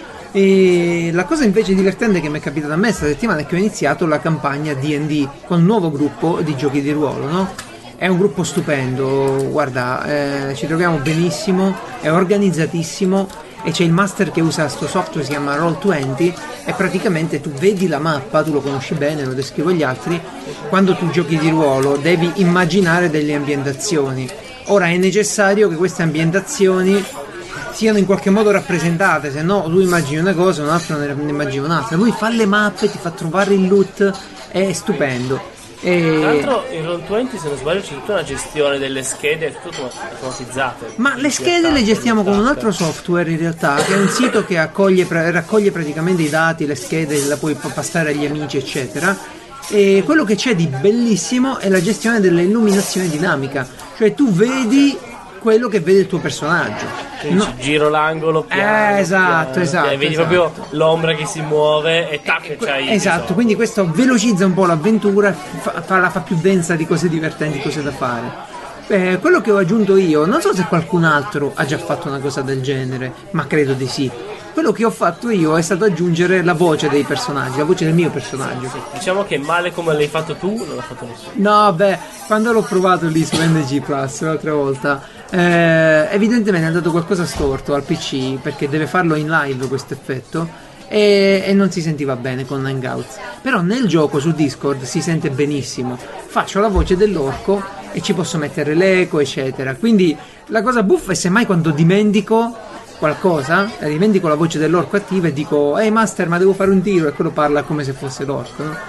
E la cosa invece divertente che mi è capitata a me questa settimana è che ho iniziato la campagna D and D con un nuovo gruppo di giochi di ruolo, no? È un gruppo stupendo, guarda, eh, ci troviamo benissimo, è organizzatissimo e c'è il master che usa sto software, si chiama roll venti, e praticamente tu vedi la mappa, tu lo conosci bene, lo descrivo agli altri, quando tu giochi di ruolo devi immaginare delle ambientazioni. Ora è necessario che queste ambientazioni siano in qualche modo rappresentate, se no tu immagini una cosa, un altro ne immagina un'altra. Lui fa le mappe, ti fa trovare il loot, è stupendo. E... Tra l'altro in roll venti, se non sbaglio, c'è tutta una gestione delle schede tutto automatizzate. Ma le schede le gestiamo con un altro software in realtà, che è un sito che accoglie, raccoglie praticamente i dati, le schede, la puoi passare agli amici eccetera. E quello che c'è di bellissimo è la gestione dell'illuminazione dinamica, cioè tu vedi quello che vede il tuo personaggio. No. Giro l'angolo piano, eh, esatto, piano, esatto, e vedi esatto. proprio l'ombra che si muove e tac, eh, c'hai esatto, quindi questo velocizza un po' l'avventura, fa, fa, la fa più densa di cose divertenti, cose da fare. Eh, quello che ho aggiunto io, non so se qualcun altro ha già fatto una cosa del genere, ma credo di sì. Quello che ho fatto io è stato aggiungere la voce dei personaggi, la voce del mio personaggio. Sì, diciamo che male come l'hai fatto tu, non l'ha fatto nessuno. No, beh, quando l'ho provato lì su N G Plus l'altra volta, eh, evidentemente è andato qualcosa storto al P C, perché deve farlo in live questo effetto, e, e non si sentiva bene con Hangouts. Però nel gioco su Discord si sente benissimo. Faccio la voce dell'orco e ci posso mettere l'eco, eccetera. Quindi la cosa buffa è semmai quando dimentico qualcosa, dimentico la voce dell'orco attiva e dico ehi master, ma devo fare un tiro, e quello parla come se fosse l'orco, no?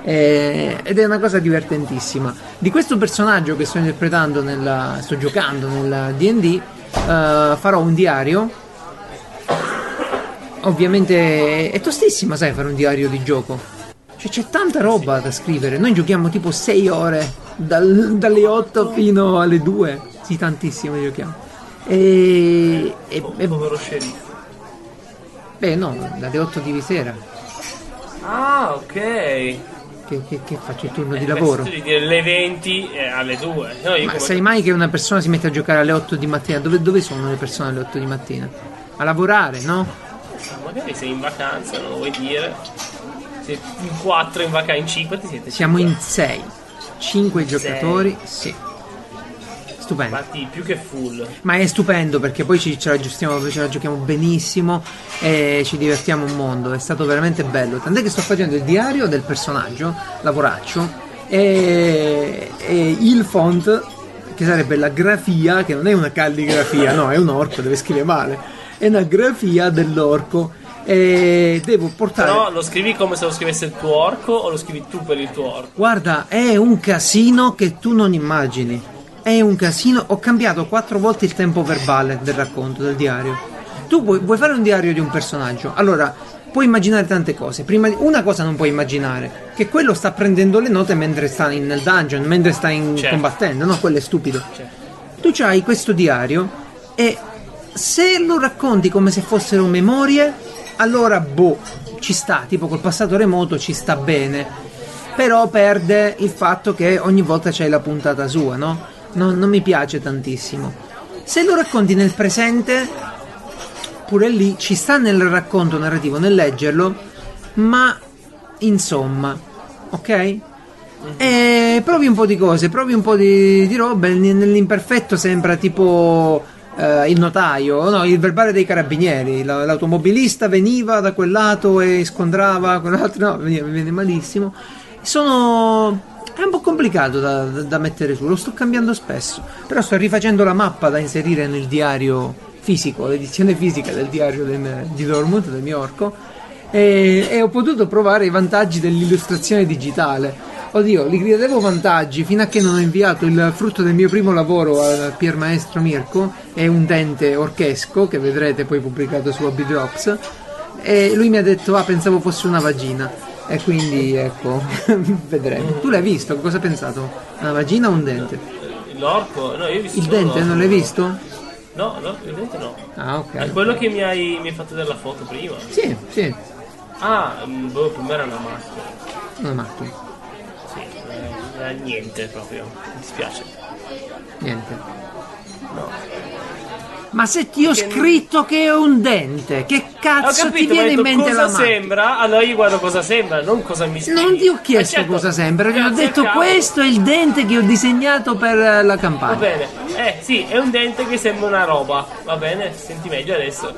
E, ed è una cosa divertentissima. Di questo personaggio che sto interpretando nella, sto giocando nel D and D, uh, farò un diario. Ovviamente è tostissima, sai, fare un diario di gioco, cioè c'è tanta roba da scrivere. Noi giochiamo tipo sei ore dal, dalle otto fino alle due, sì, tantissimo giochiamo. E, e, e povero sceriffo. Beh no, dalle otto di sera. Ah, ok. Che, che, che faccio il turno eh, di lavoro? Devi dire le venti eh, alle due. No, io Ma come... sai mai che una persona si mette a giocare alle otto di mattina? Dove, dove sono le persone alle otto di mattina? A lavorare, no? Magari sei in vacanza, non lo vuoi dire. Sei in quattro in vacanza, in cinque ti siete. Siamo in sei. cinque giocatori, sì. Stupendo. Infatti più che full. Ma è stupendo perché poi ci, ce la aggiustiamo, ce la giochiamo benissimo e ci divertiamo un mondo. È stato veramente bello. Tant'è che sto facendo il diario del personaggio, lavoraccio, e, e il font, che sarebbe la grafia, che non è una calligrafia, no, è un orco, deve scrivere male. È una grafia dell'orco. E devo portare. Però lo scrivi come se lo scrivesse il tuo orco o lo scrivi tu per il tuo orco? Guarda, è un casino che tu non immagini. È un casino. Ho cambiato quattro volte il tempo verbale del racconto, del diario. Tu vuoi, vuoi fare un diario di un personaggio, allora puoi immaginare tante cose. Prima di, una cosa non puoi immaginare, che quello sta prendendo le note mentre sta in, nel dungeon, mentre sta in, certo. combattendo. No, quello è stupido. Certo. Tu c'hai questo diario e se lo racconti come se fossero memorie, allora boh, ci sta, tipo col passato remoto ci sta bene. Però perde il fatto che ogni volta c'hai la puntata sua, no? Non, non mi piace tantissimo. Se lo racconti nel presente, pure lì ci sta nel racconto narrativo, nel leggerlo, ma insomma, ok? Mm-hmm. E provi un po' di cose, provi un po' di, di roba. Nell'imperfetto sembra tipo eh, il notaio, no, il verbale dei carabinieri. L'automobilista veniva da quel lato e scontrava quell'altro, no, veniva, viene malissimo. Sono... È un po' complicato da, da, da mettere su, lo sto cambiando spesso, però sto rifacendo la mappa da inserire nel diario fisico, l'edizione fisica del diario del, di Dortmund, del mio orco, e, e ho potuto provare i vantaggi dell'illustrazione digitale. Oddio, li credevo vantaggi fino a che non ho inviato il frutto del mio primo lavoro al Pier Maestro Mirko, è un dente orchesco che vedrete poi pubblicato su Hobby Drops, e lui mi ha detto ah, pensavo fosse una vagina. E quindi ecco, vedremo. Tu l'hai visto? Cosa hai pensato? Una vagina o un dente? L'orco? No, io ho visto il dente, l'orco. Non l'hai visto? No, no, il dente no. Ah, ok. È quello che mi hai, mi hai fatto della foto prima. Sì, sì. Ah, boh, per me era una macchina. Una macchina. Sì, era niente proprio, mi dispiace. Niente. No. Ma se ti ho scritto che è un dente, che cazzo capito, ti viene in mente cosa la macchina? sembra? Allora io guardo cosa sembra, non cosa mi spieghi. Non ti ho chiesto Eh, certo, cosa sembra, ti ho grazie detto al cavolo. questo è il dente che ho disegnato per la Va campagna. bene, eh sì, è un dente che sembra una roba, va bene? Senti meglio adesso.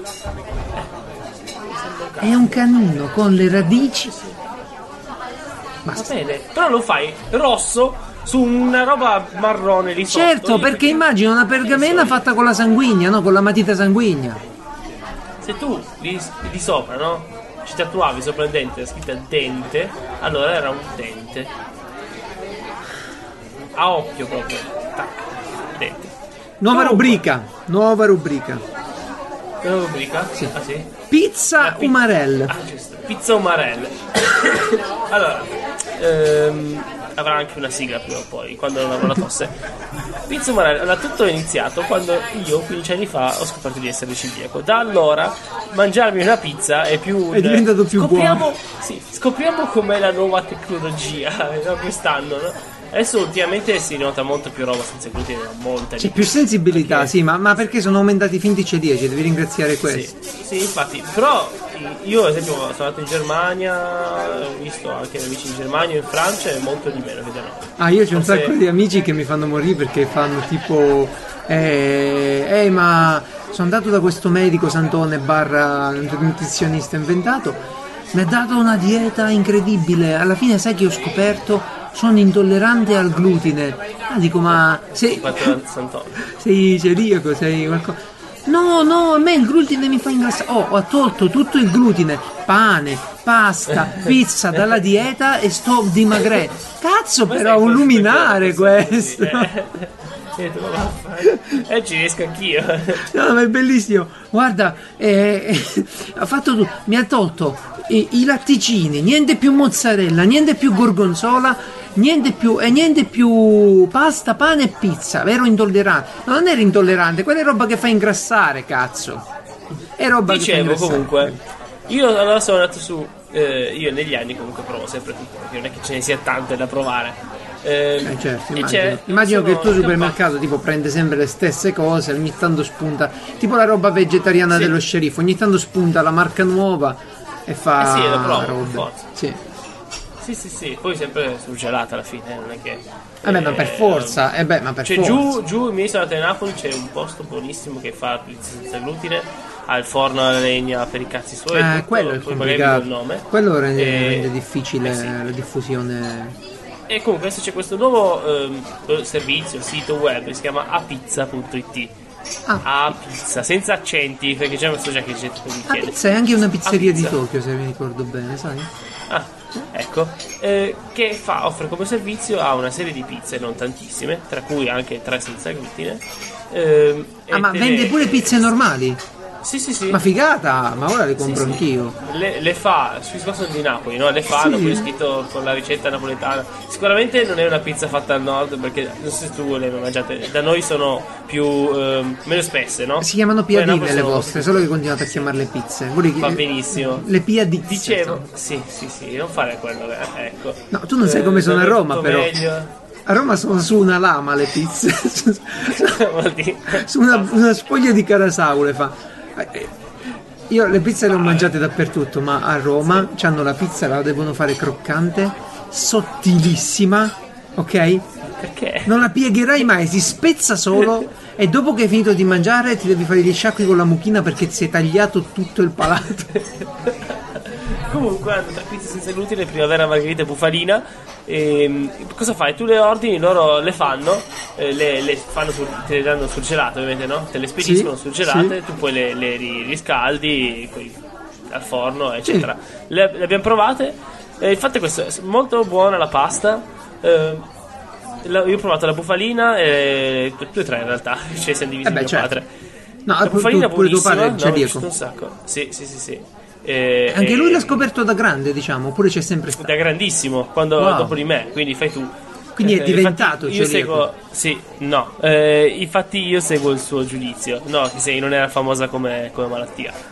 È un canino con le radici. Va bene, però lo fai rosso su una roba marrone lì sotto. Certo, Io perché immagino una pergamena fatta con la sanguigna, no? Con la matita sanguigna. Se tu lì, lì sopra, no? Ci tatuavi sopra il dente la scritta dente, allora era un dente. A occhio proprio. Tac, dente. Nuova Comunque, rubrica, nuova rubrica. Una rubrica? Sì. Ah sì? Pizza pi- umarell. Ah, giusto. Pizza umarell. Allora, ehm, avrà anche una sigla prima o poi, quando non avrò la tosse. Pizza umarell. Allora, tutto è iniziato quando io, quindici anni fa, ho scoperto di essere celiaco. Da allora, mangiarmi una pizza è più... È diventato più scopriamo, buono. Sì, scopriamo com'è la nuova tecnologia, no, quest'anno, no? Adesso ultimamente si nota molto più roba senza glutine, molta C'è di più sensibilità, Perché- sì, ma, ma perché sono aumentati i finti celiaci, devi ringraziare questo. Sì, sì, infatti, però io ad esempio sono andato in Germania, ho visto anche amici in Germania, in Francia è molto di meno che da noi. Ah, io c'ho un Forse- sacco di amici che mi fanno morire perché fanno tipo eh, eh ma sono andato da questo medico Santone barra nutrizionista inventato, mi ha dato una dieta incredibile, alla fine sai che ho scoperto? Sono intollerante al glutine. Ah, dico, ma sei, Quattro Sant'Antonio. sei celiaco, sei qualcosa? No, no, a me il glutine mi fa ingrassare. Oh, ho tolto tutto il glutine, pane, pasta, pizza dalla dieta e sto dimagrendo. Cazzo, Ma però, sai un cosa luminare succede? questo. Eh, eh, tu lo fai. Eh, ci riesco anch'io. No, ma è bellissimo. Guarda, eh, eh, ha fatto tu- mi ha tolto i, i latticini, niente più mozzarella, niente più gorgonzola, niente più e niente più pasta, pane e pizza. Ero intollerante. No, non ero intollerante, quella è roba che fa ingrassare, cazzo. È roba che fa Dicevo ingrassare. comunque, io allora sono andato su, eh, io negli anni comunque provo sempre tutto, perché non è che ce ne sia tante da provare. Eh, Eh, certo, e immagino, c'è- immagino che il tuo sono supermercato tipo prende sempre le stesse cose, ogni tanto spunta, tipo la roba vegetariana Sì. dello sceriffo, ogni tanto spunta la marca nuova e fa Eh sì, lo provo, per robe. forza. Sì. Sì, sì, sì, poi sempre surgelata alla fine, eh, non è che... Vabbè, ma per eh, forza, eh beh, ma per Cioè forza. giù, giù, mi sono andato a Napoli, c'è un posto buonissimo che fa pizza senza glutine, ha il forno alla legna per i cazzi suoi, Eh, tutto, quello è poi magari vi do complicato. il nome. Quello rende, E- rende difficile eh sì. la diffusione. E comunque adesso c'è questo nuovo ehm, servizio, sito web, che si chiama apizza punto it. Ah, A-pizza, senza accenti, perché già so già che gente mi a chiede. pizza è anche una pizzeria di pizza. Tokyo, se mi ricordo bene, sai? Ah, ecco, eh, che fa, offre come servizio a una serie di pizze, non tantissime, tra cui anche tre senza glutine. ehm, Ah, e ma te vende le- pure pizze normali? Sì, sì, sì. Ma figata, ma ora le compro Sì, sì. anch'io. Le, le fa, sui sono di Napoli, no? Le fanno, Sì. poi è scritto con la ricetta napoletana. Sicuramente non è una pizza fatta al nord, perché non so se tu le hai mai mangiate. Da noi sono più ehm, meno spesse, no? Si chiamano Poi a piadine Napoli le sono- vostre, solo che continuate a chiamarle pizze. Voi le- Va benissimo. Le piadine. Dicevo, sì, sì, sì, non fare quello, eh, ecco. No, tu non sai come sono a da noi Roma, tutto però. meglio. A Roma sono su una lama le pizze. Vuol dire- Su una, una spoglia di carasau le fa. Eh, Io le pizze le ho mangiate dappertutto, ma a Roma c'hanno la pizza, la devono fare croccante, sottilissima, ok? Perché? Non la piegherai mai, si spezza solo e dopo che hai finito di mangiare ti devi fare gli sciacqui con la mucchina perché ti sei tagliato tutto il palato. Comunque hanno tre pizze senza glutine, primavera, margherita e bufalina. E, cosa fai? Tu le ordini, loro le fanno, eh, le, le fanno sur- te le danno surgelate ovviamente, no? Te le spediscono Sì, surgelate, sì. tu poi le, le ri- riscaldi poi al forno, eccetera. Le, le abbiamo provate. Eh, il fatto è questo: è molto buona la pasta. Eh, la- io ho provato la bufalina e due o tre in realtà, ce ne siamo divisi Eh beh, mio certo. padre. No, La pu- bufalina pu- pure tuo buonissima, padre è no, mi è celiaco. piaciuto un sacco. Sì, sì, sì, sì. E- Anche lui e- l'ha scoperto da grande, diciamo, oppure c'è sempre stato. da grandissimo, quando Wow. dopo di me, quindi fai tu. Quindi è Eh, diventato infatti io celiaco. seguo, sì, no, eh, infatti io seguo il suo giudizio, no, che se non era famosa come, come malattia.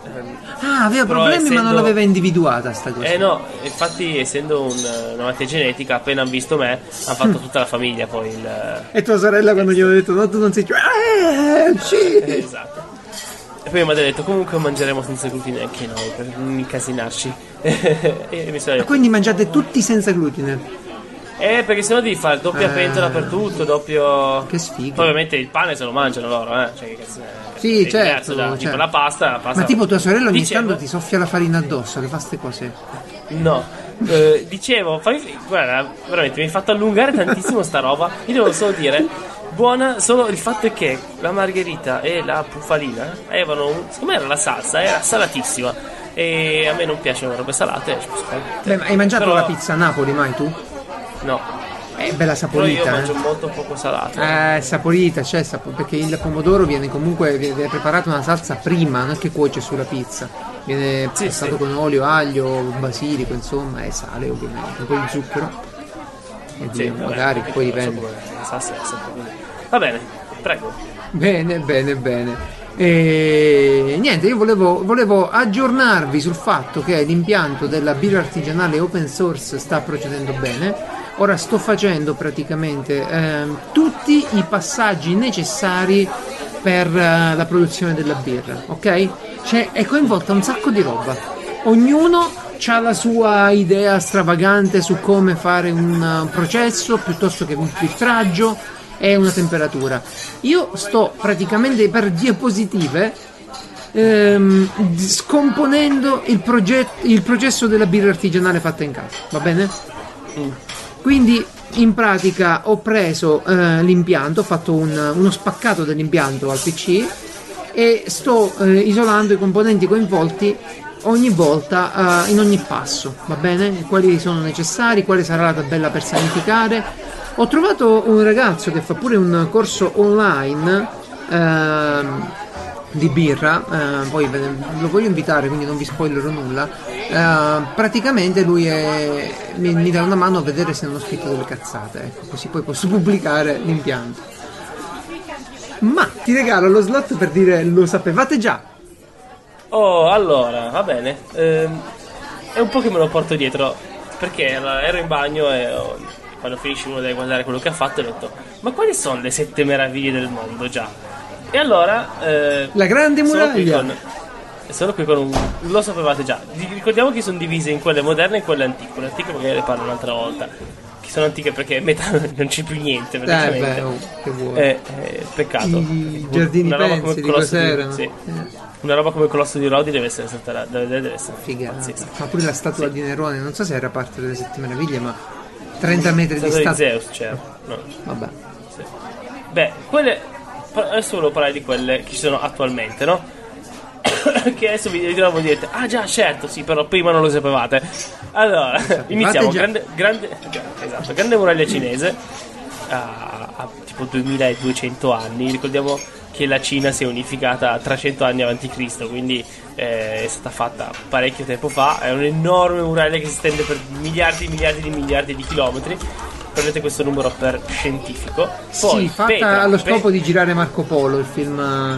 Ah, aveva Però problemi essendo... ma non l'aveva individuata sta cosa. Eh no, infatti essendo un, una malattia genetica, appena hanno visto me, hanno fatto tutta la famiglia poi il... E tua sorella quando gli ho detto no, tu non sei... Eh, sì. Eh, esatto. E poi mi ha detto comunque mangeremo senza glutine anche noi per non incasinarci. E mi sono detto, Quindi mangiate tutti senza glutine? eh, perché sennò devi fare doppia Eh. pentola per tutto, doppio... Che sfiga. Poi ovviamente il pane se lo mangiano loro, eh. Cioè, che cazzo è? Sì, È diverso certo, da, certo. tipo la pasta, la pasta... Ma tipo tua sorella ogni Dicevo- tanto ti soffia la farina addosso, che fa ste cose. No, eh, dicevo, fai, guarda, veramente mi hai fatto allungare tantissimo sta roba. Io devo solo dire, buona, solo il fatto è che la margherita e la bufalina avevano, un- secondo me era la salsa, era salatissima. E a me non piacciono le robe salate. Beh, ma hai mangiato Però- la pizza a Napoli mai tu? No, È bella però io saporita, mangio eh. molto poco salato. Eh, saporita, c'è sapo- perché il pomodoro viene comunque viene preparata una salsa prima, non è che cuoce sulla pizza. Viene Sì, passato sì. con olio, aglio, basilico, insomma, e sale ovviamente, un po' di zucchero. E Sì, via, vabbè, magari, perché poi non so dipende. come- la salsa è sempre così. Va bene, prego. Bene, bene, bene. E niente, io volevo, volevo aggiornarvi sul fatto che l'impianto della birra artigianale open source sta procedendo bene. Ora sto facendo praticamente ehm, tutti i passaggi necessari per eh, la produzione della birra, ok? Cioè è coinvolta un sacco di roba. Ognuno ha la sua idea stravagante su come fare un uh, processo piuttosto che un filtraggio e una temperatura. Io sto praticamente per diapositive ehm, scomponendo il, progetto, il processo della birra artigianale fatta in casa, va bene? Quindi in pratica ho preso eh, l'impianto, ho fatto un- uno spaccato dell'impianto al P C e sto eh, isolando i componenti coinvolti ogni volta, eh, in ogni passo, va bene? Quali sono necessari, quale sarà la tabella per sanificare. Ho trovato un ragazzo che fa pure un corso online ehm, di birra, eh, poi ve ne- lo voglio invitare, quindi non vi spoilerò nulla. Eh, praticamente lui è, mi, mi dà una mano a vedere se non ho scritto delle cazzate, ecco, così poi posso pubblicare l'impianto. Ma ti regalo lo slot per dire lo sapevate già. Oh, allora, va bene. Ehm, è un po' che me lo porto dietro. Perché ero ero in bagno e oh, quando finisci uno deve guardare quello che ha fatto e ho detto, ma quali sono le sette meraviglie del mondo già? E allora... eh, La grande sono qui muraglia. con- Sono qui con un... Lo sapevate già. Di- Ricordiamo che sono divise in quelle moderne e quelle antiche. Quelle antiche magari ne parlo un'altra volta. Che sono antiche perché metà non c'è più niente Eh praticamente. beh, oh, che vuoi. Eh, eh, peccato. I giardini Una roba come pensi di Colosso cos'erano? sì. Eh. Una roba come il Colosso di Rodi deve essere stata deve, deve essere Figata. pazzesca. Ma pure la statua di Nerone, non so se era parte delle sette meraviglie, ma trenta metri di Statua di statua. Zeus c'era. No. Vabbè. Sì. Beh, quelle adesso volevo parlare di quelle che ci sono attualmente, no? Che adesso vi ritrovo e direte, ah già, certo, sì, però prima non lo sapevate. Allora, iniziamo. già. Grande, grande, già, esatto, grande muraglia cinese ha, ha tipo duemiladuecento anni. Ricordiamo che la Cina si è unificata trecento anni avanti Cristo, quindi eh, è stata fatta parecchio tempo fa. È un'enorme muraglia che si estende per miliardi e miliardi di miliardi di chilometri. Prendete questo numero per scientifico. Poi, Sì, fatta Petra, allo Pe- scopo di girare Marco Polo, il film.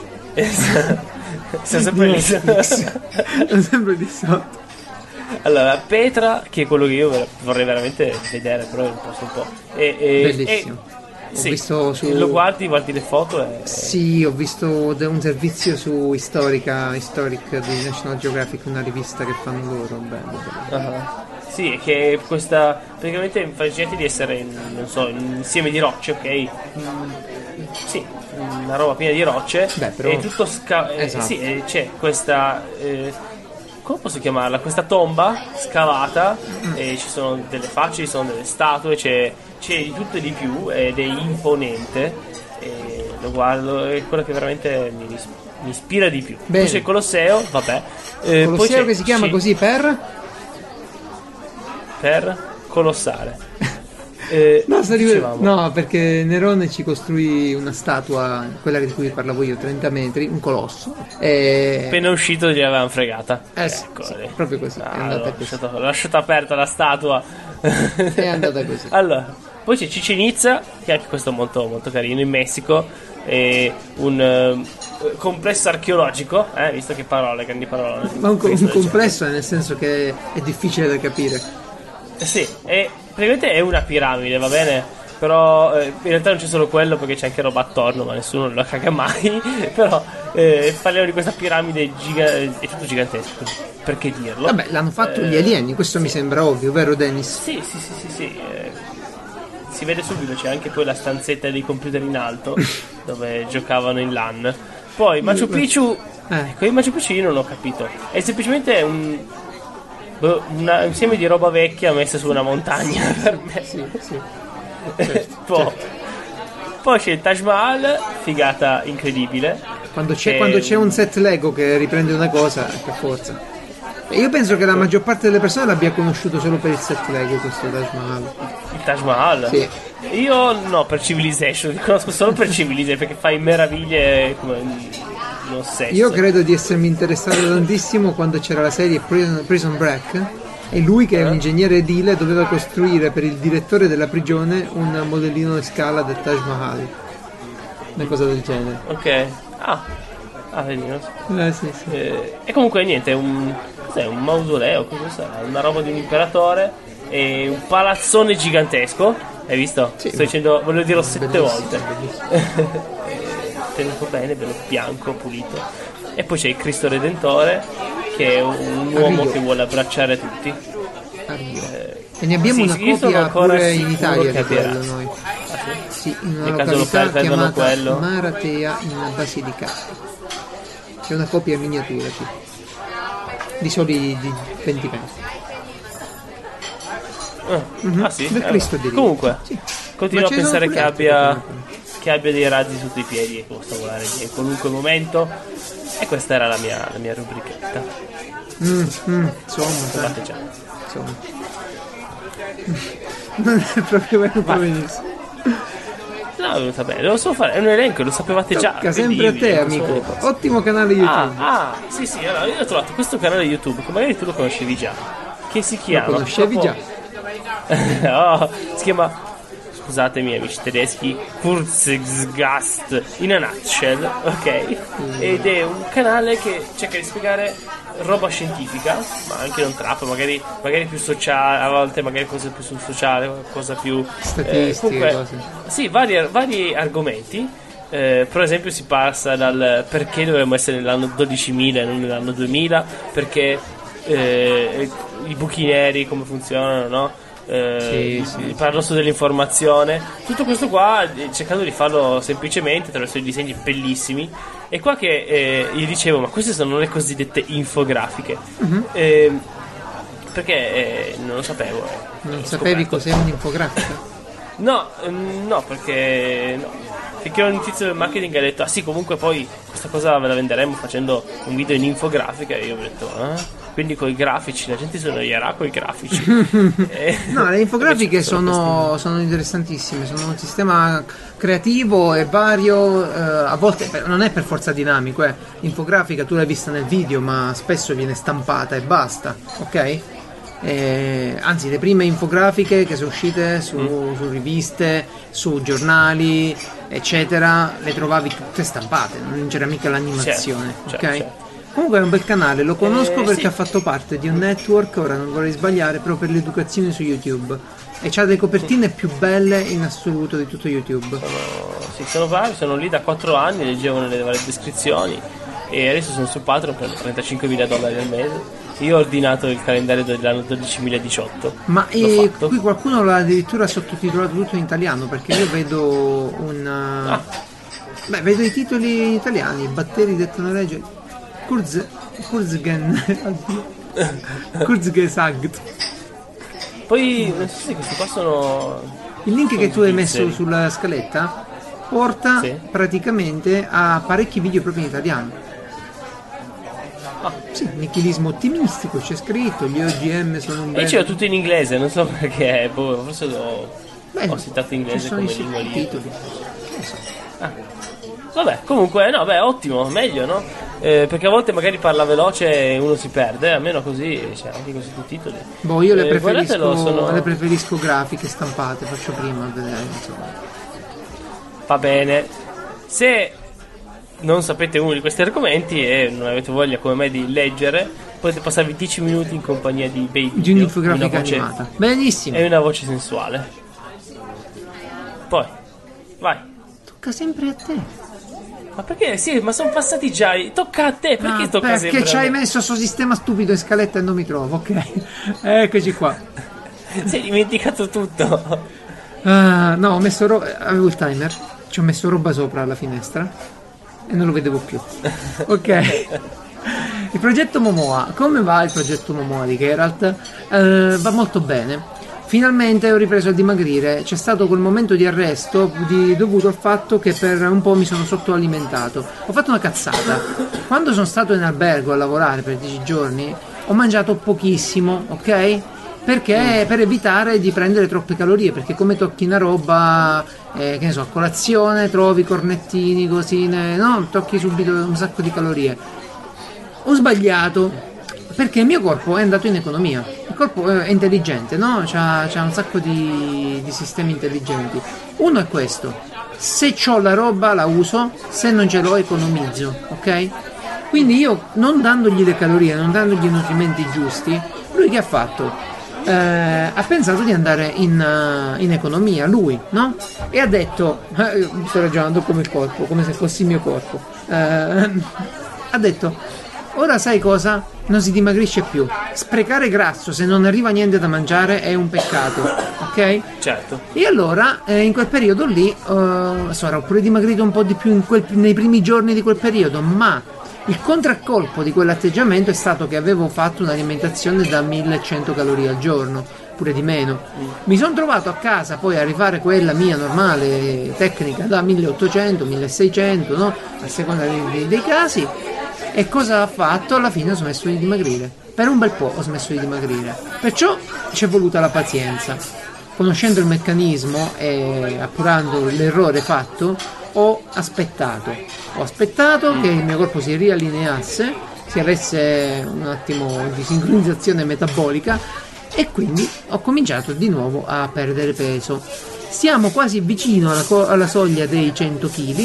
Esatto. Siamo di sempre lì. Netflix. È sempre di sotto. Allora, Petra, che è quello che io vorrei veramente vedere, però è un posto un po'. E, e, Bellissimo. e- Ho sì, visto su- lo guardi, guardi le foto e. Sì, ho visto de- un servizio su Historica, Historic di National Geographic, una rivista che fanno loro. Bello, bello. Ah. Sì, che questa praticamente immaginiamo di essere in, non so, in un insieme di rocce, ok? Mm, sì, una roba piena di rocce. Beh, però- E tutto sca- eh, Esatto. sì, e c'è questa eh, come posso chiamarla? Questa tomba scavata e ci sono delle facce, ci sono delle statue, c'è, c'è di tutto e di più ed è imponente. E lo guardo, è quello che veramente mi, mi ispira di più. Bene. Poi c'è il Colosseo, vabbè. Eh, poi Colosseo c'è che si chiama Sci- così per? per colossare. Eh, No, sta di- dicevamo, no, perché Nerone ci costruì una statua, quella di cui parlavo io, trenta metri, un colosso. E... appena uscito gli avevano fregata. Eh sì, Ecco sì, lì. proprio così, è Ah, andata l'ho così. lasciato, l'ho lasciato aperta la statua. È andata così. Allora, Poi c'è Chichen Itza, che anche questo è molto, molto carino, in Messico, è un uh, complesso archeologico, eh, visto che parole, grandi parole. Ma un, un complesso è nel senso che è difficile da capire. Eh sì, è, praticamente è una piramide, va bene? Però eh, in realtà non c'è solo quello, perché c'è anche roba attorno, ma nessuno lo caga mai. Però eh, parliamo di questa piramide giga- è tutto gigantesco, perché dirlo? Vabbè, l'hanno fatto eh, gli alieni, questo sì. mi sembra ovvio, vero Dennis? Sì, sì, sì, sì, sì. Eh, si vede subito, c'è anche poi la stanzetta dei computer in alto dove giocavano in LAN. Poi Machu Picchu, eh. ecco, il Machu Picchu io non ho capito, è semplicemente un boh, una, un insieme di roba vecchia messa su una montagna per me. Sì, sì. Certo, poi, certo. poi c'è il Taj Mahal, figata incredibile. Quando c'è, quando c'è un set Lego che riprende una cosa, per forza. E io penso che la maggior parte delle persone l'abbia conosciuto solo per il set Lego, questo Taj Mahal. Il Taj Mahal? Sì. Io no, per Civilization, li conosco solo per Civilization, perché fai meraviglie come non stesso. Io credo di essermi interessato tantissimo quando c'era la serie Prison, Prison Break. E lui, che è un ingegnere edile, doveva costruire per il direttore della prigione un modellino in scala del Taj Mahal. Una cosa del genere. Ok. Ah, ah vedi, non so. Eh, sì, sì. Eh, e comunque niente, è un, cos'è, un mausoleo, cosa sarà? Una roba di un imperatore e un palazzone gigantesco. Hai visto? Sì. Sto dicendo, volevo dirlo sette Bellissimo, volte. bellissimo. Tenuto bene, bello bianco, pulito. E poi c'è il Cristo Redentore, che è un uomo Rio. che vuole abbracciare tutti. A Rio. Eh, E ne abbiamo sì, una sì, io sono copia ancora pure in sicuro Italia che di quello avverrà. noi. Ah, sì? Sì, in una Nel caso lo località perdono chiamata quello. Maratea in Basilicata. C'è una copia in miniatura qui. Di soli di venti pence. Ah, Mhm. ah, sì? Del Eh, Cristo di Rio. comunque, Sì. continuo Ma a ce ne sono pensare pure che altri abbia, che che abbia dei razzi sotto i piedi e che possa volare via in qualunque momento. E questa era la mia, la mia rubrichetta. Mm, mm, insomma, dai, Guardate già. insomma. Non è proprio venuto Vai. benissimo. No, è venuta bene, lo so fare, è un elenco, lo sapevate già. Tocca sempre a te, incredibile, amico. non so le cose. Ottimo canale YouTube. Ah, ah, sì, sì, allora io ho trovato questo canale YouTube che magari tu lo conoscevi già. Che si Lo chiama. conoscevi già? Oh, si chiama, scusatemi amici tedeschi, Kurzgesagt in a nutshell, ok? Ed è un canale che cerca di spiegare roba scientifica, ma anche non troppo, magari, magari più sociale, a volte magari cose più sul sociale, cosa più Statistiche, comunque, cose. sì, vari, vari argomenti. Eh, per esempio si passa dal perché dovremmo essere nell'anno dodicimila e non nell'anno duemila, perché eh, i buchi neri come funzionano, no? Eh, Sì, sì. parlo su dell'informazione, tutto questo qua eh, cercando di farlo semplicemente attraverso i disegni bellissimi. E qua che eh, gli dicevo, ma queste sono le cosiddette infografiche. Mhm. Eh, perché eh, non lo sapevo. eh. Non Ho sapevi scoperto. cos'è un'infografica? No, ehm, no, perché no. Finché un tizio del marketing ha detto, ah sì, comunque poi questa cosa ve la venderemo facendo un video in infografica. E io ho detto, ah? Quindi con i grafici, la gente si annoierà con i grafici. E- No, le infografiche invece sono, sono interessantissime, sono un sistema creativo e vario, eh, a volte beh, non è per forza dinamico, eh. L'infografica tu l'hai vista nel video, ma spesso viene stampata e basta, ok? Eh, anzi, le prime infografiche che sono uscite su, Mm. su riviste, su giornali, eccetera, le trovavi tutte stampate, non c'era mica l'animazione, Certo, ok? certo, certo. Comunque è un bel canale, lo conosco Eh, perché sì. ha fatto parte di un network, ora non vorrei sbagliare, però per l'educazione su YouTube. E c'ha le copertine più belle in assoluto di tutto YouTube. Sono, sì, sono bravi, sono lì da quattro anni, leggevo nelle varie descrizioni e adesso sono su Patreon per trentacinquemila dollari al mese. Io ho ordinato il calendario dell'anno dodicimiladiciotto. Ma L'ho e fatto. qui qualcuno l'ha addirittura sottotitolato tutto in italiano, perché io vedo un... Ah. Beh, vedo i titoli italiani, batteri dettano legge. Kurz... Kurzgen... Oddio. Kurzgesagt. Poi non so se questi qua sono. Il link sono che tu hai messo svizzeri. sulla scaletta porta Sì. praticamente a parecchi video proprio in italiano. Ah. Sì, nichilismo ottimistico c'è scritto, gli O G M sono un E bel... c'era tutto in inglese, non so perché, boh, forse ho, Beh, ho citato ci inglese sono come i lingua lì. sottotitoli. lo so. Ah. Vabbè, comunque, no, beh, ottimo, meglio, no? Eh, perché a volte magari parla veloce e uno si perde, almeno così, cioè, anche con sottotitoli. Boh, io le Eh, preferisco, guardatelo, sono- le preferisco grafiche stampate, faccio prima a vedere, insomma. Va bene. Se non sapete uno di questi argomenti e non avete voglia come me di leggere, potete passarvi dieci minuti in compagnia di bei Di video, un'infografica una voce- animata. Benissimo. e una voce sensuale. Poi, vai. Tocca sempre a te. Ma perché? Sì, ma sono passati già. Tocca a te, perché Ah, tocca perché sempre ci a hai me? messo sto sistema stupido in scaletta e non mi trovo, ok. Eccoci qua. Si è dimenticato tutto. Ah, no, ho messo ro- avevo il timer, ci ho messo roba sopra la finestra e non lo vedevo più. Ok. Il progetto Momoa. Come va il progetto Momoa di Geralt? Eh, va molto bene. Finalmente ho ripreso a dimagrire. C'è stato quel momento di arresto di- dovuto al fatto che per un po' mi sono sottoalimentato. Ho fatto una cazzata. Quando sono stato in albergo a lavorare per dieci giorni, ho mangiato pochissimo, ok? Perché per evitare di prendere troppe calorie, perché come tocchi una roba, eh, che ne so, a colazione trovi cornettini, cosine, no? Tocchi subito un sacco di calorie. Ho sbagliato perché il mio corpo è andato in economia. Il corpo è intelligente, no? C'ha, c'ha un sacco di, di sistemi intelligenti. Uno è questo: se ho la roba la uso, se non ce l'ho economizzo, ok? Quindi io, non dandogli le calorie, non dandogli i nutrimenti giusti, lui che ha fatto? Eh, ha pensato di andare in, uh, in economia, lui, no? E ha detto, eh, sto ragionando come il corpo, come se fossi il mio corpo, eh, ha detto: ora sai cosa? Non si dimagrisce più. Sprecare grasso se non arriva niente da mangiare è un peccato, ok? Certo. E allora eh, in quel periodo lì, eh, so, ero pure dimagrito un po' di più in quel- nei primi giorni di quel periodo, ma il contraccolpo di quell'atteggiamento è stato che avevo fatto un'alimentazione da millecento calorie al giorno, pure di meno. Mi sono trovato a casa poi a rifare quella mia normale tecnica da milleottocento milleseicento, no? A seconda dei, dei- dei casi. E cosa ha fatto? Alla fine ho smesso di dimagrire. Per un bel po' ho smesso di dimagrire. Perciò ci è voluta la pazienza. Conoscendo il meccanismo e appurando l'errore fatto, ho aspettato. Ho aspettato che il mio corpo si riallineasse, si avesse un attimo di sincronizzazione metabolica, e quindi ho cominciato di nuovo a perdere peso. Siamo quasi vicino alla, co- alla soglia dei cento chili,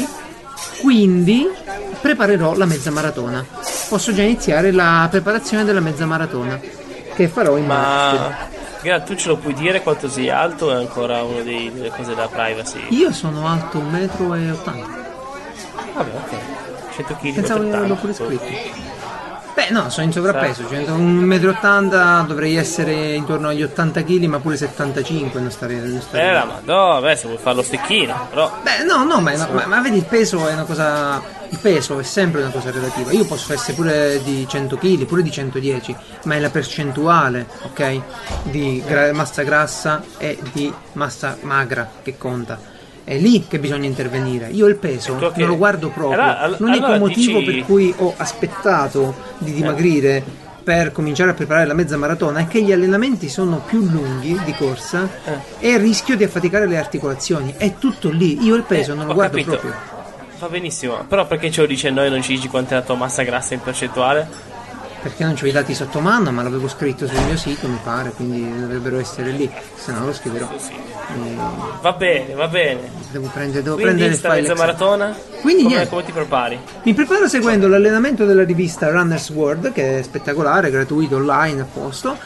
quindi preparerò la mezza maratona. Posso già iniziare la preparazione della mezza maratona, che farò in marzo. Ma Gra, tu ce lo puoi dire quanto sei alto? È ancora una delle cose della privacy. Io sono alto un metro e ottanta. Vabbè, ok. cento chili. Pensavo di averlo pure scritto. Beh, no, sono in sovrappeso, cioè un metro e ottanta, dovrei essere intorno agli ottanta chili, ma pure settantacinque, non stare, non stare Eh, la madonna, beh, se vuoi fare lo stecchino, però. Beh, no, no, ma, ma, ma vedi, il peso è una cosa. Il peso è sempre una cosa relativa. Io posso essere pure di cento chili, pure di centodieci, ma è la percentuale, ok? Di gra- massa grassa e di massa magra che conta. È lì che bisogna intervenire. Io il peso Ecco che- non lo guardo proprio. Allora- all- L'unico allora motivo dici- per cui ho aspettato di dimagrire per cominciare a preparare la mezza maratona è che gli allenamenti sono più lunghi di corsa Eh. e rischio di affaticare le articolazioni. È tutto lì. Io il peso Eh, non lo ho guardo capito. proprio. Va benissimo, però perché ce lo dice a noi e non ci dici quanto è la tua massa grassa in percentuale? Perché non c'ho i dati sotto mano, ma l'avevo scritto sul mio sito, mi pare, quindi dovrebbero essere lì. Se no lo scriverò. Sì. E Va bene, va bene. devo prendere, devo Quindi prendere il sta file mezza Excel. maratona? Quindi come, niente. come ti prepari? Mi preparo seguendo l'allenamento della rivista Runner's World, che è spettacolare, gratuito, online, a posto.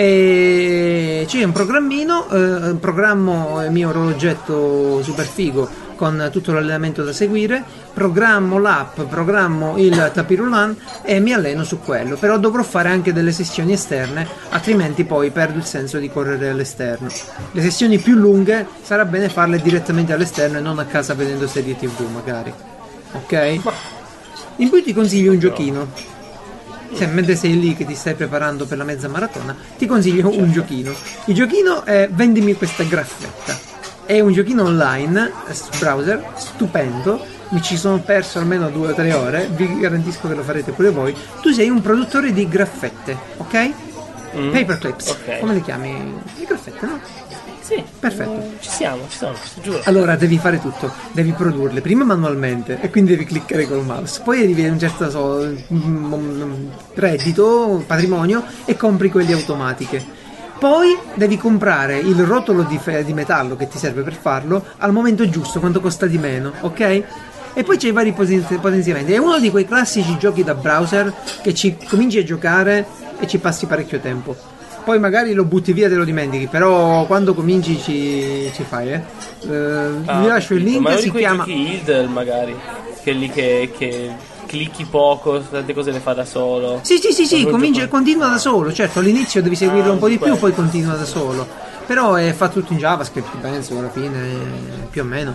E c'è un programmino, eh, programmo il mio orologetto super figo con tutto l'allenamento da seguire, programmo l'app, programmo il tapis roulant e mi alleno su quello. Però dovrò fare anche delle sessioni esterne, altrimenti poi perdo il senso di correre all'esterno. Le sessioni più lunghe sarà bene farle direttamente all'esterno e non a casa vedendo serie tv magari. Ok? In più ti consiglio un giochino. Se mentre sei lì che ti stai preparando per la mezza maratona, ti consiglio un giochino. Il giochino è Vendimi questa graffetta. È un giochino online, su browser, stupendo. Mi ci sono perso almeno due o tre ore, vi garantisco che lo farete pure voi. Tu sei un produttore di graffette, ok? Mm. Paperclips, Ok. come le chiami? Le graffette, no? Sì, perfetto. Eh, ci siamo, ci siamo, ti giuro. Allora devi fare tutto, devi produrle prima manualmente e quindi devi cliccare col mouse, poi arrivi a un certo so, reddito, patrimonio e compri quelli automatiche. Poi devi comprare il rotolo di, fe- di metallo che ti serve per farlo al momento giusto, quando costa di meno, ok? E poi c'è i vari poten- potenziamenti. È uno di quei classici giochi da browser che ci cominci a giocare e ci passi parecchio tempo. Poi magari lo butti via e te lo dimentichi, però quando cominci ci, ci fai, eh. Uh, Ah, vi lascio il link, ma si chiama... Idle magari, quelli che, che clicchi poco, tante cose le fa da solo. Sì, sì, sì, sì, Non comincia, gioco- continua da solo, certo, all'inizio devi seguirlo Ah, un po' di quello. più, poi continua da solo. Però è fatto tutto in JavaScript, penso, alla fine, più o meno.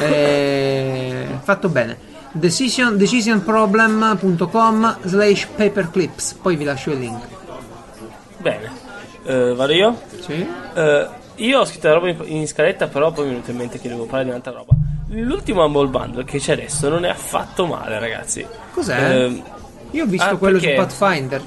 È fatto bene. Decision, decisionproblem.com slash paperclips, poi vi lascio il link. Bene. Eh, vado io? Sì. Eh, io ho scritto la roba in, in scaletta, però poi mi è venuto in mente che devo parlare di un'altra roba. L'ultimo Humble Bundle che c'è adesso non è affatto male, ragazzi. Cos'è? Eh, Io ho visto ah, quello perché? su Pathfinder.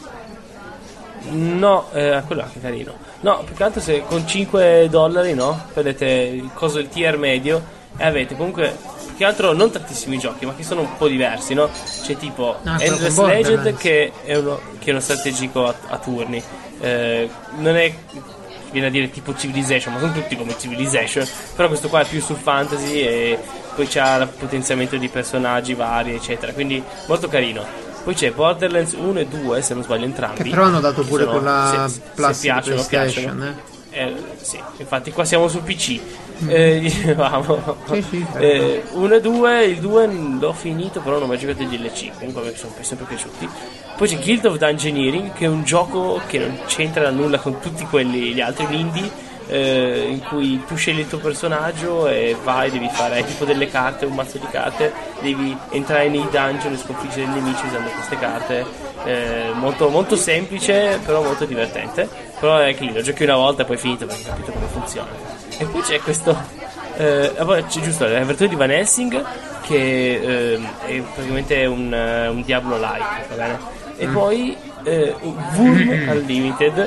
No, eh, quello anche carino. No, più che altro se con cinque dollari, no? Vedete il coso del tier medio e avete comunque più che altro non tantissimi giochi, ma che sono un po' diversi, no? C'è tipo Ah, quello Endless con Legend Borderlands. che è uno, che è uno strategico a, a turni. Eh, non è, viene a dire tipo Civilization, ma sono tutti come Civilization, però questo qua è più sul fantasy e poi c'ha il potenziamento di personaggi vari, eccetera, quindi molto carino. Poi c'è Borderlands uno e due, se non sbaglio entrambi, Che però hanno dato che pure sono- con la se- se Plus di piacciono, PlayStation, piacciono. eh. Eh, sì, infatti qua siamo su P C. Eh, dicevamo Sì, sì, eh, uno e due, il due l'ho finito, però non ho mai giocato il D L C, comunque mi sono sempre piaciuti. Poi c'è Guild of Dungeoneering, che è un gioco che non c'entra nulla con tutti quelli gli altri indie, eh, in cui tu scegli il tuo personaggio e vai, devi fare hai tipo delle carte, un mazzo di carte, devi entrare nei dungeon e sconfiggere i nemici usando queste carte. Eh, molto, molto semplice, però molto divertente. Però è che lì lo giochi una volta e poi è finito perché hai capito come funziona. E poi c'è questo eh, ah, poi c'è giusto la versione di Van Helsing che eh, è praticamente un, eh, un Diablo-like, va bene? E Mm. poi eh, Wurm Unlimited.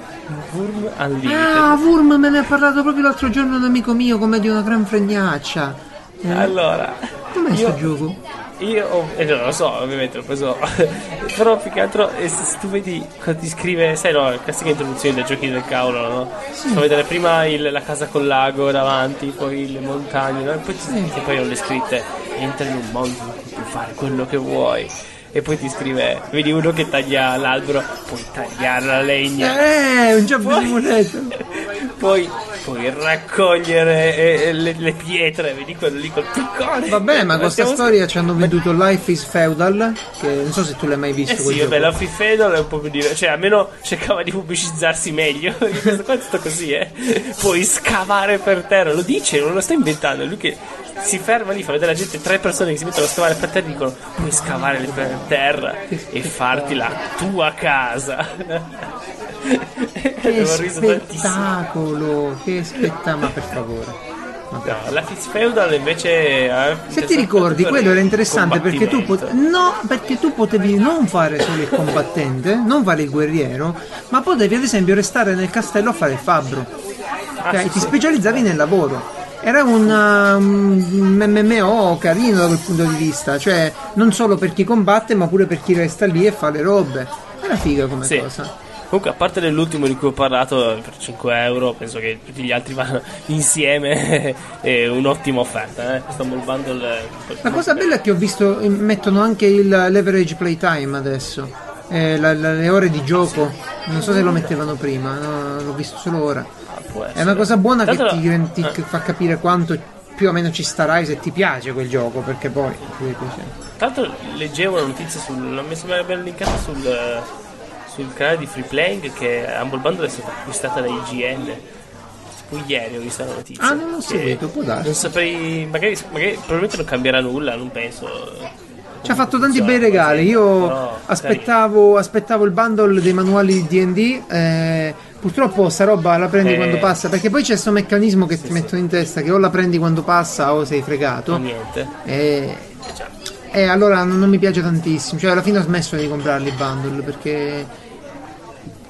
Wurm Unlimited. Ah, Wurm me ne ha parlato proprio l'altro giorno un amico mio come di una gran fregnaccia. Eh, Allora, com'è io- sto gioco? Io ho- eh, non lo so, ovviamente l'ho preso. Però più che altro eh, se, se tu vedi quando ti scrive, sai no, la classica introduzione dei giochi del cavolo, no? Sì. Fa vedere prima il- la casa col lago davanti, poi le montagne, no? E poi, ti, Sì. e poi ho le scritte, entra in un mondo in cui puoi fare quello che vuoi. E poi ti scrive, vedi uno che taglia l'albero, puoi tagliare la legna. Eh, un job Poi- simulator. Poi puoi raccogliere eh, le, le pietre, vedi quello lì col piccone. Vabbè, ma Eh, questa stiamo- storia ci hanno venduto Life is Feudal, che non so se tu l'hai mai visto Eh quel sì, gioco. vabbè, la Fifedal è un po' più diverso. Cioè, almeno cercava di pubblicizzarsi meglio. Perché questo qua è tutto così, eh. Puoi scavare per terra. Lo dice, non lo sta inventando. È lui che si ferma lì, fa vedere la gente, tre persone che si mettono a scavare per terra e dicono: puoi scavare per terra e farti la tua casa. Che Avevo riso tantissimo. spettacolo, che spettacolo, ma per favore. Vabbè. No, la Fitzfeudal invece eh, Se ti ricordi, per quello era interessante perché tu, combattimento. pote- no, perché tu potevi non fare solo il combattente, non fare il guerriero, ma potevi ad esempio restare nel castello a fare il fabbro. Ah, Ok? sì, Ti sì. specializzavi nel lavoro. Era un, uh, un M M O carino da quel punto di vista, cioè non solo per chi combatte, ma pure per chi resta lì e fa le robe. Era figa come Sì. cosa. Comunque, a parte dell'ultimo di cui ho parlato per cinque euro, penso che tutti gli altri vanno insieme. È un'ottima offerta. Eh? Questo Humble Bundle. È La cosa bella è che ho visto eh, mettono anche il leverage playtime adesso, eh, la- la- le ore di gioco. Non so se lo mettevano prima, no, l'ho visto solo ora. Ah, può È essere. una cosa buona che Tanto- ti, ti eh. fa capire quanto più o meno ci starai se ti piace quel gioco, perché poi ti deve piacere. Tra l'altro, leggevo una notizia sul. Non mi sembra che abbiano linkato sul. eh, sul canale di Free Playing che Humble Bundle è stata acquistata da I G N. Tipo ieri ho visto la notizia. Ah, non l'ho che seguito, può darsi. Non saprei. Magari, magari probabilmente non cambierà nulla, non penso. Ci ha fatto tanti Funziona bei regali. così, Io però, aspettavo, aspettavo il bundle dei manuali di D and D. Eh, purtroppo sta roba la prendi Eh. quando passa, perché poi c'è questo meccanismo che Sì, ti sì. mettono in testa che o la prendi quando passa o sei fregato. carino. Niente. E, Eh, già. e allora non, non mi piace tantissimo. Cioè, alla fine ho smesso di comprarli i bundle perché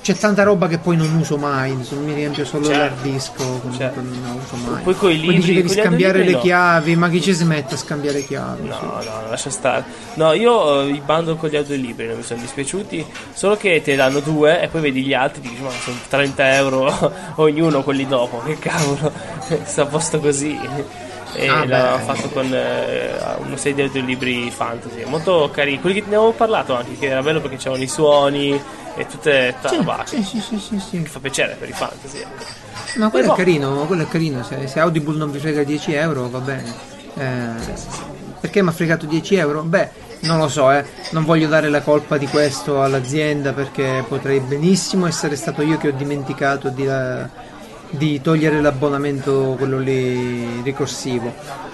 c'è tanta roba che poi non uso mai, insomma, mi riempio solo certo. l'hard disk, comunque certo. non la uso mai. Poi con i libri, poi dici devi con gli scambiare libri, le no. chiavi, ma chi ci si mette a scambiare chiavi? No, sì. no, lascia stare. No, io eh, i bundle con gli audiolibri non mi sono dispiaciuti, solo che te ne danno due e poi vedi gli altri e dici ma sono trenta euro ognuno quelli dopo, che cavolo, sta a posto così. E ah, l'ho fatto con eh, una serie di audiolibri fantasy, molto carini, quelli che ne avevo parlato anche, che era bello perché c'erano i suoni e tutte tutta sì, roba sì, sì, sì, sì, sì. che fa piacere per i fantasy. No, quello Eh, è boh. carino, quello è carino, se, se Audible non vi frega dieci euro va bene. Eh, perché mi ha fregato dieci euro? Beh, non lo so, eh. Non voglio dare la colpa di questo all'azienda perché potrei benissimo essere stato io che ho dimenticato di, la, di togliere l'abbonamento, quello lì ricorsivo.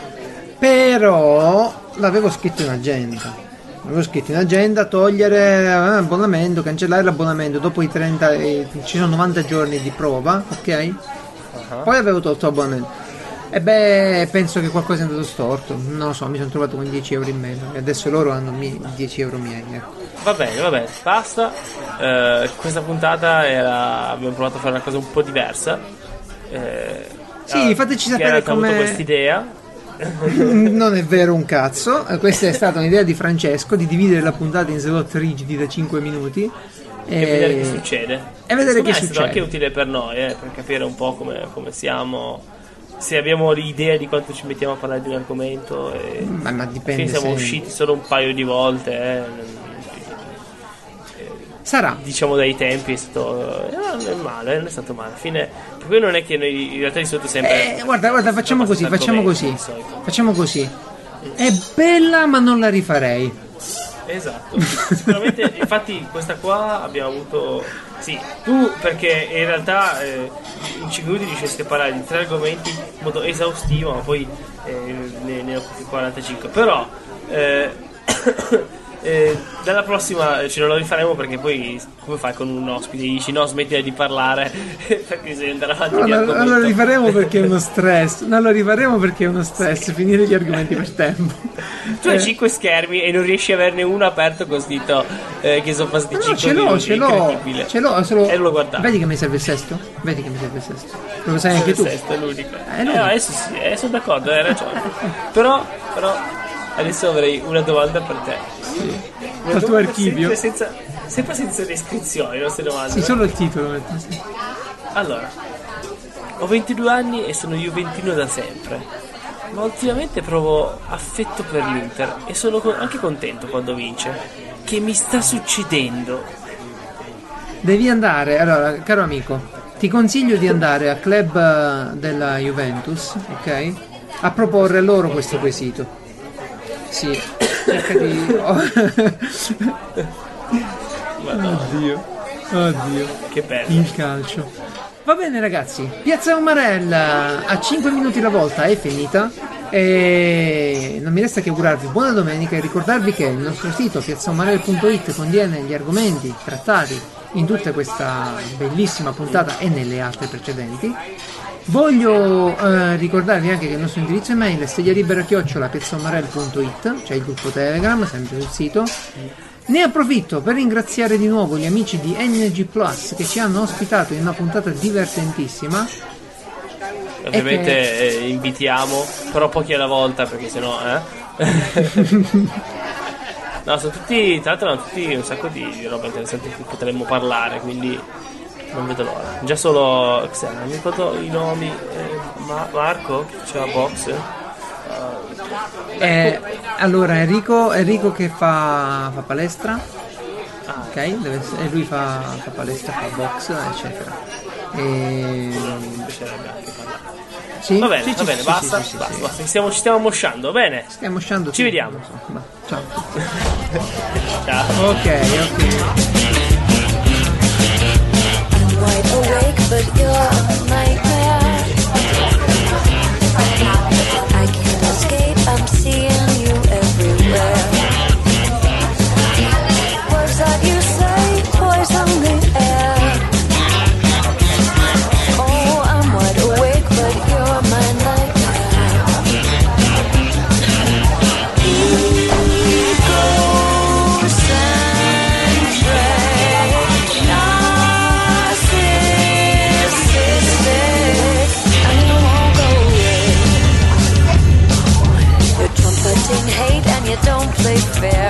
Però l'avevo scritto in agenda. Avevo scritto in agenda togliere l'abbonamento, cancellare l'abbonamento dopo i trenta, eh, ci sono novanta giorni di prova, ok? Uh-huh. Poi avevo tolto l'abbonamento. E beh, penso che qualcosa è andato storto, non lo so, mi sono trovato con dieci euro in meno e adesso loro hanno mi- dieci euro miei, ecco. Va bene, va bene, basta. Eh, questa puntata era, abbiamo provato a fare una cosa un po' diversa. Eh, sì, fateci sapere come... ho avuto quest'idea. Non è vero un cazzo, questa è stata un'idea di Francesco di dividere la puntata in slot rigidi da cinque minuti e, e vedere che succede e vedere che è succede. È stato anche utile per noi, eh, per capire un po' come, come siamo, se abbiamo l'idea di quanto ci mettiamo a parlare di un argomento e ma, ma dipende, siamo se... usciti solo un paio di volte, eh. Sarà, diciamo dai tempi è stato, eh, non è male, non è stato male. Alla fine, per cui non è che noi in realtà di solito sempre. Eh, guarda, guarda, facciamo così, facciamo così. Facciamo così. È bella, ma non la rifarei. Esatto. Sicuramente, infatti, questa qua abbiamo avuto. Sì, tu perché in realtà eh, in cinque minuti riusciste a parlare di tre argomenti in modo esaustivo, ma poi eh, ne, ne ho quarantacinque. Però. Eh, Eh, dalla prossima ce lo rifaremo perché poi come fai con un ospite? Dici no, smettila di parlare perché devi andare avanti. No, non, non lo rifaremo perché è uno stress. Non lo rifaremo perché è uno stress sì. Finire gli argomenti per tempo. Tu hai eh. cinque schermi e non riesci a averne uno aperto con dito eh, che sono passati cinque ce l'ho, minuti. ce l'ho, ce l'ho, solo... E non lo guardavi. Vedi che mi serve il sesto? Vedi che mi serve il sesto? Lo sai anche tu? Il sesto è l'unico. Eh, eh, adesso sì, eh, sono d'accordo, hai ragione. però, però adesso avrei una domanda per te. Sì. Al tuo archivio senza, sempre senza descrizioni, non se domande. Sì, solo il titolo. Sì. Allora, ho ventidue anni e sono juventino da sempre, ma ultimamente provo affetto per l'Inter e sono anche contento quando vince. Che mi sta succedendo? Devi andare, allora, caro amico, ti consiglio di andare al club della Juventus, ok? A proporre loro questo quesito. Sì, cerca di... Oh. Oddio, oddio. Che bello. Il calcio. Va bene ragazzi, Piazza Umarella a cinque minuti la volta è finita e non mi resta che augurarvi buona domenica e ricordarvi che il nostro sito piazzaumarella punto it contiene gli argomenti trattati in tutta questa bellissima puntata e nelle altre precedenti. Voglio eh, ricordarvi anche che il nostro indirizzo email è steglialibera chiocciola piazzaumarella punto it, c'è il gruppo Telegram, sempre sul sito. Ne approfitto per ringraziare di nuovo gli amici di N G Plus che ci hanno ospitato in una puntata divertentissima. Ovviamente che... eh, invitiamo, però pochi alla volta perché sennò eh? No, sono tutti, tra l'altro hanno tutti un sacco di roba interessante di cui potremmo parlare, quindi non vedo l'ora. Già solo non mi ricordo i nomi, eh, Ma- Marco che faceva box. Uh, eh, allora Enrico, Enrico che fa, fa palestra, ah. Ok, deve essere, e lui fa, fa palestra, fa box, eccetera. E... Sì? Va bene, sì, va sì, bene, sì, basta, sì, sì, basta, sì. basta. Stiamo, ci stiamo mosciando, bene? Stiamo mosciando. Ci sì. vediamo. Ciao. Ciao. Ok, ok. Wide awake, but you're a nightmare. I can't escape, I'm seeing you everywhere. Words that you say, poison the air. Oh, I'm wide awake, but you're my nightmare. Egocentric, not play fair.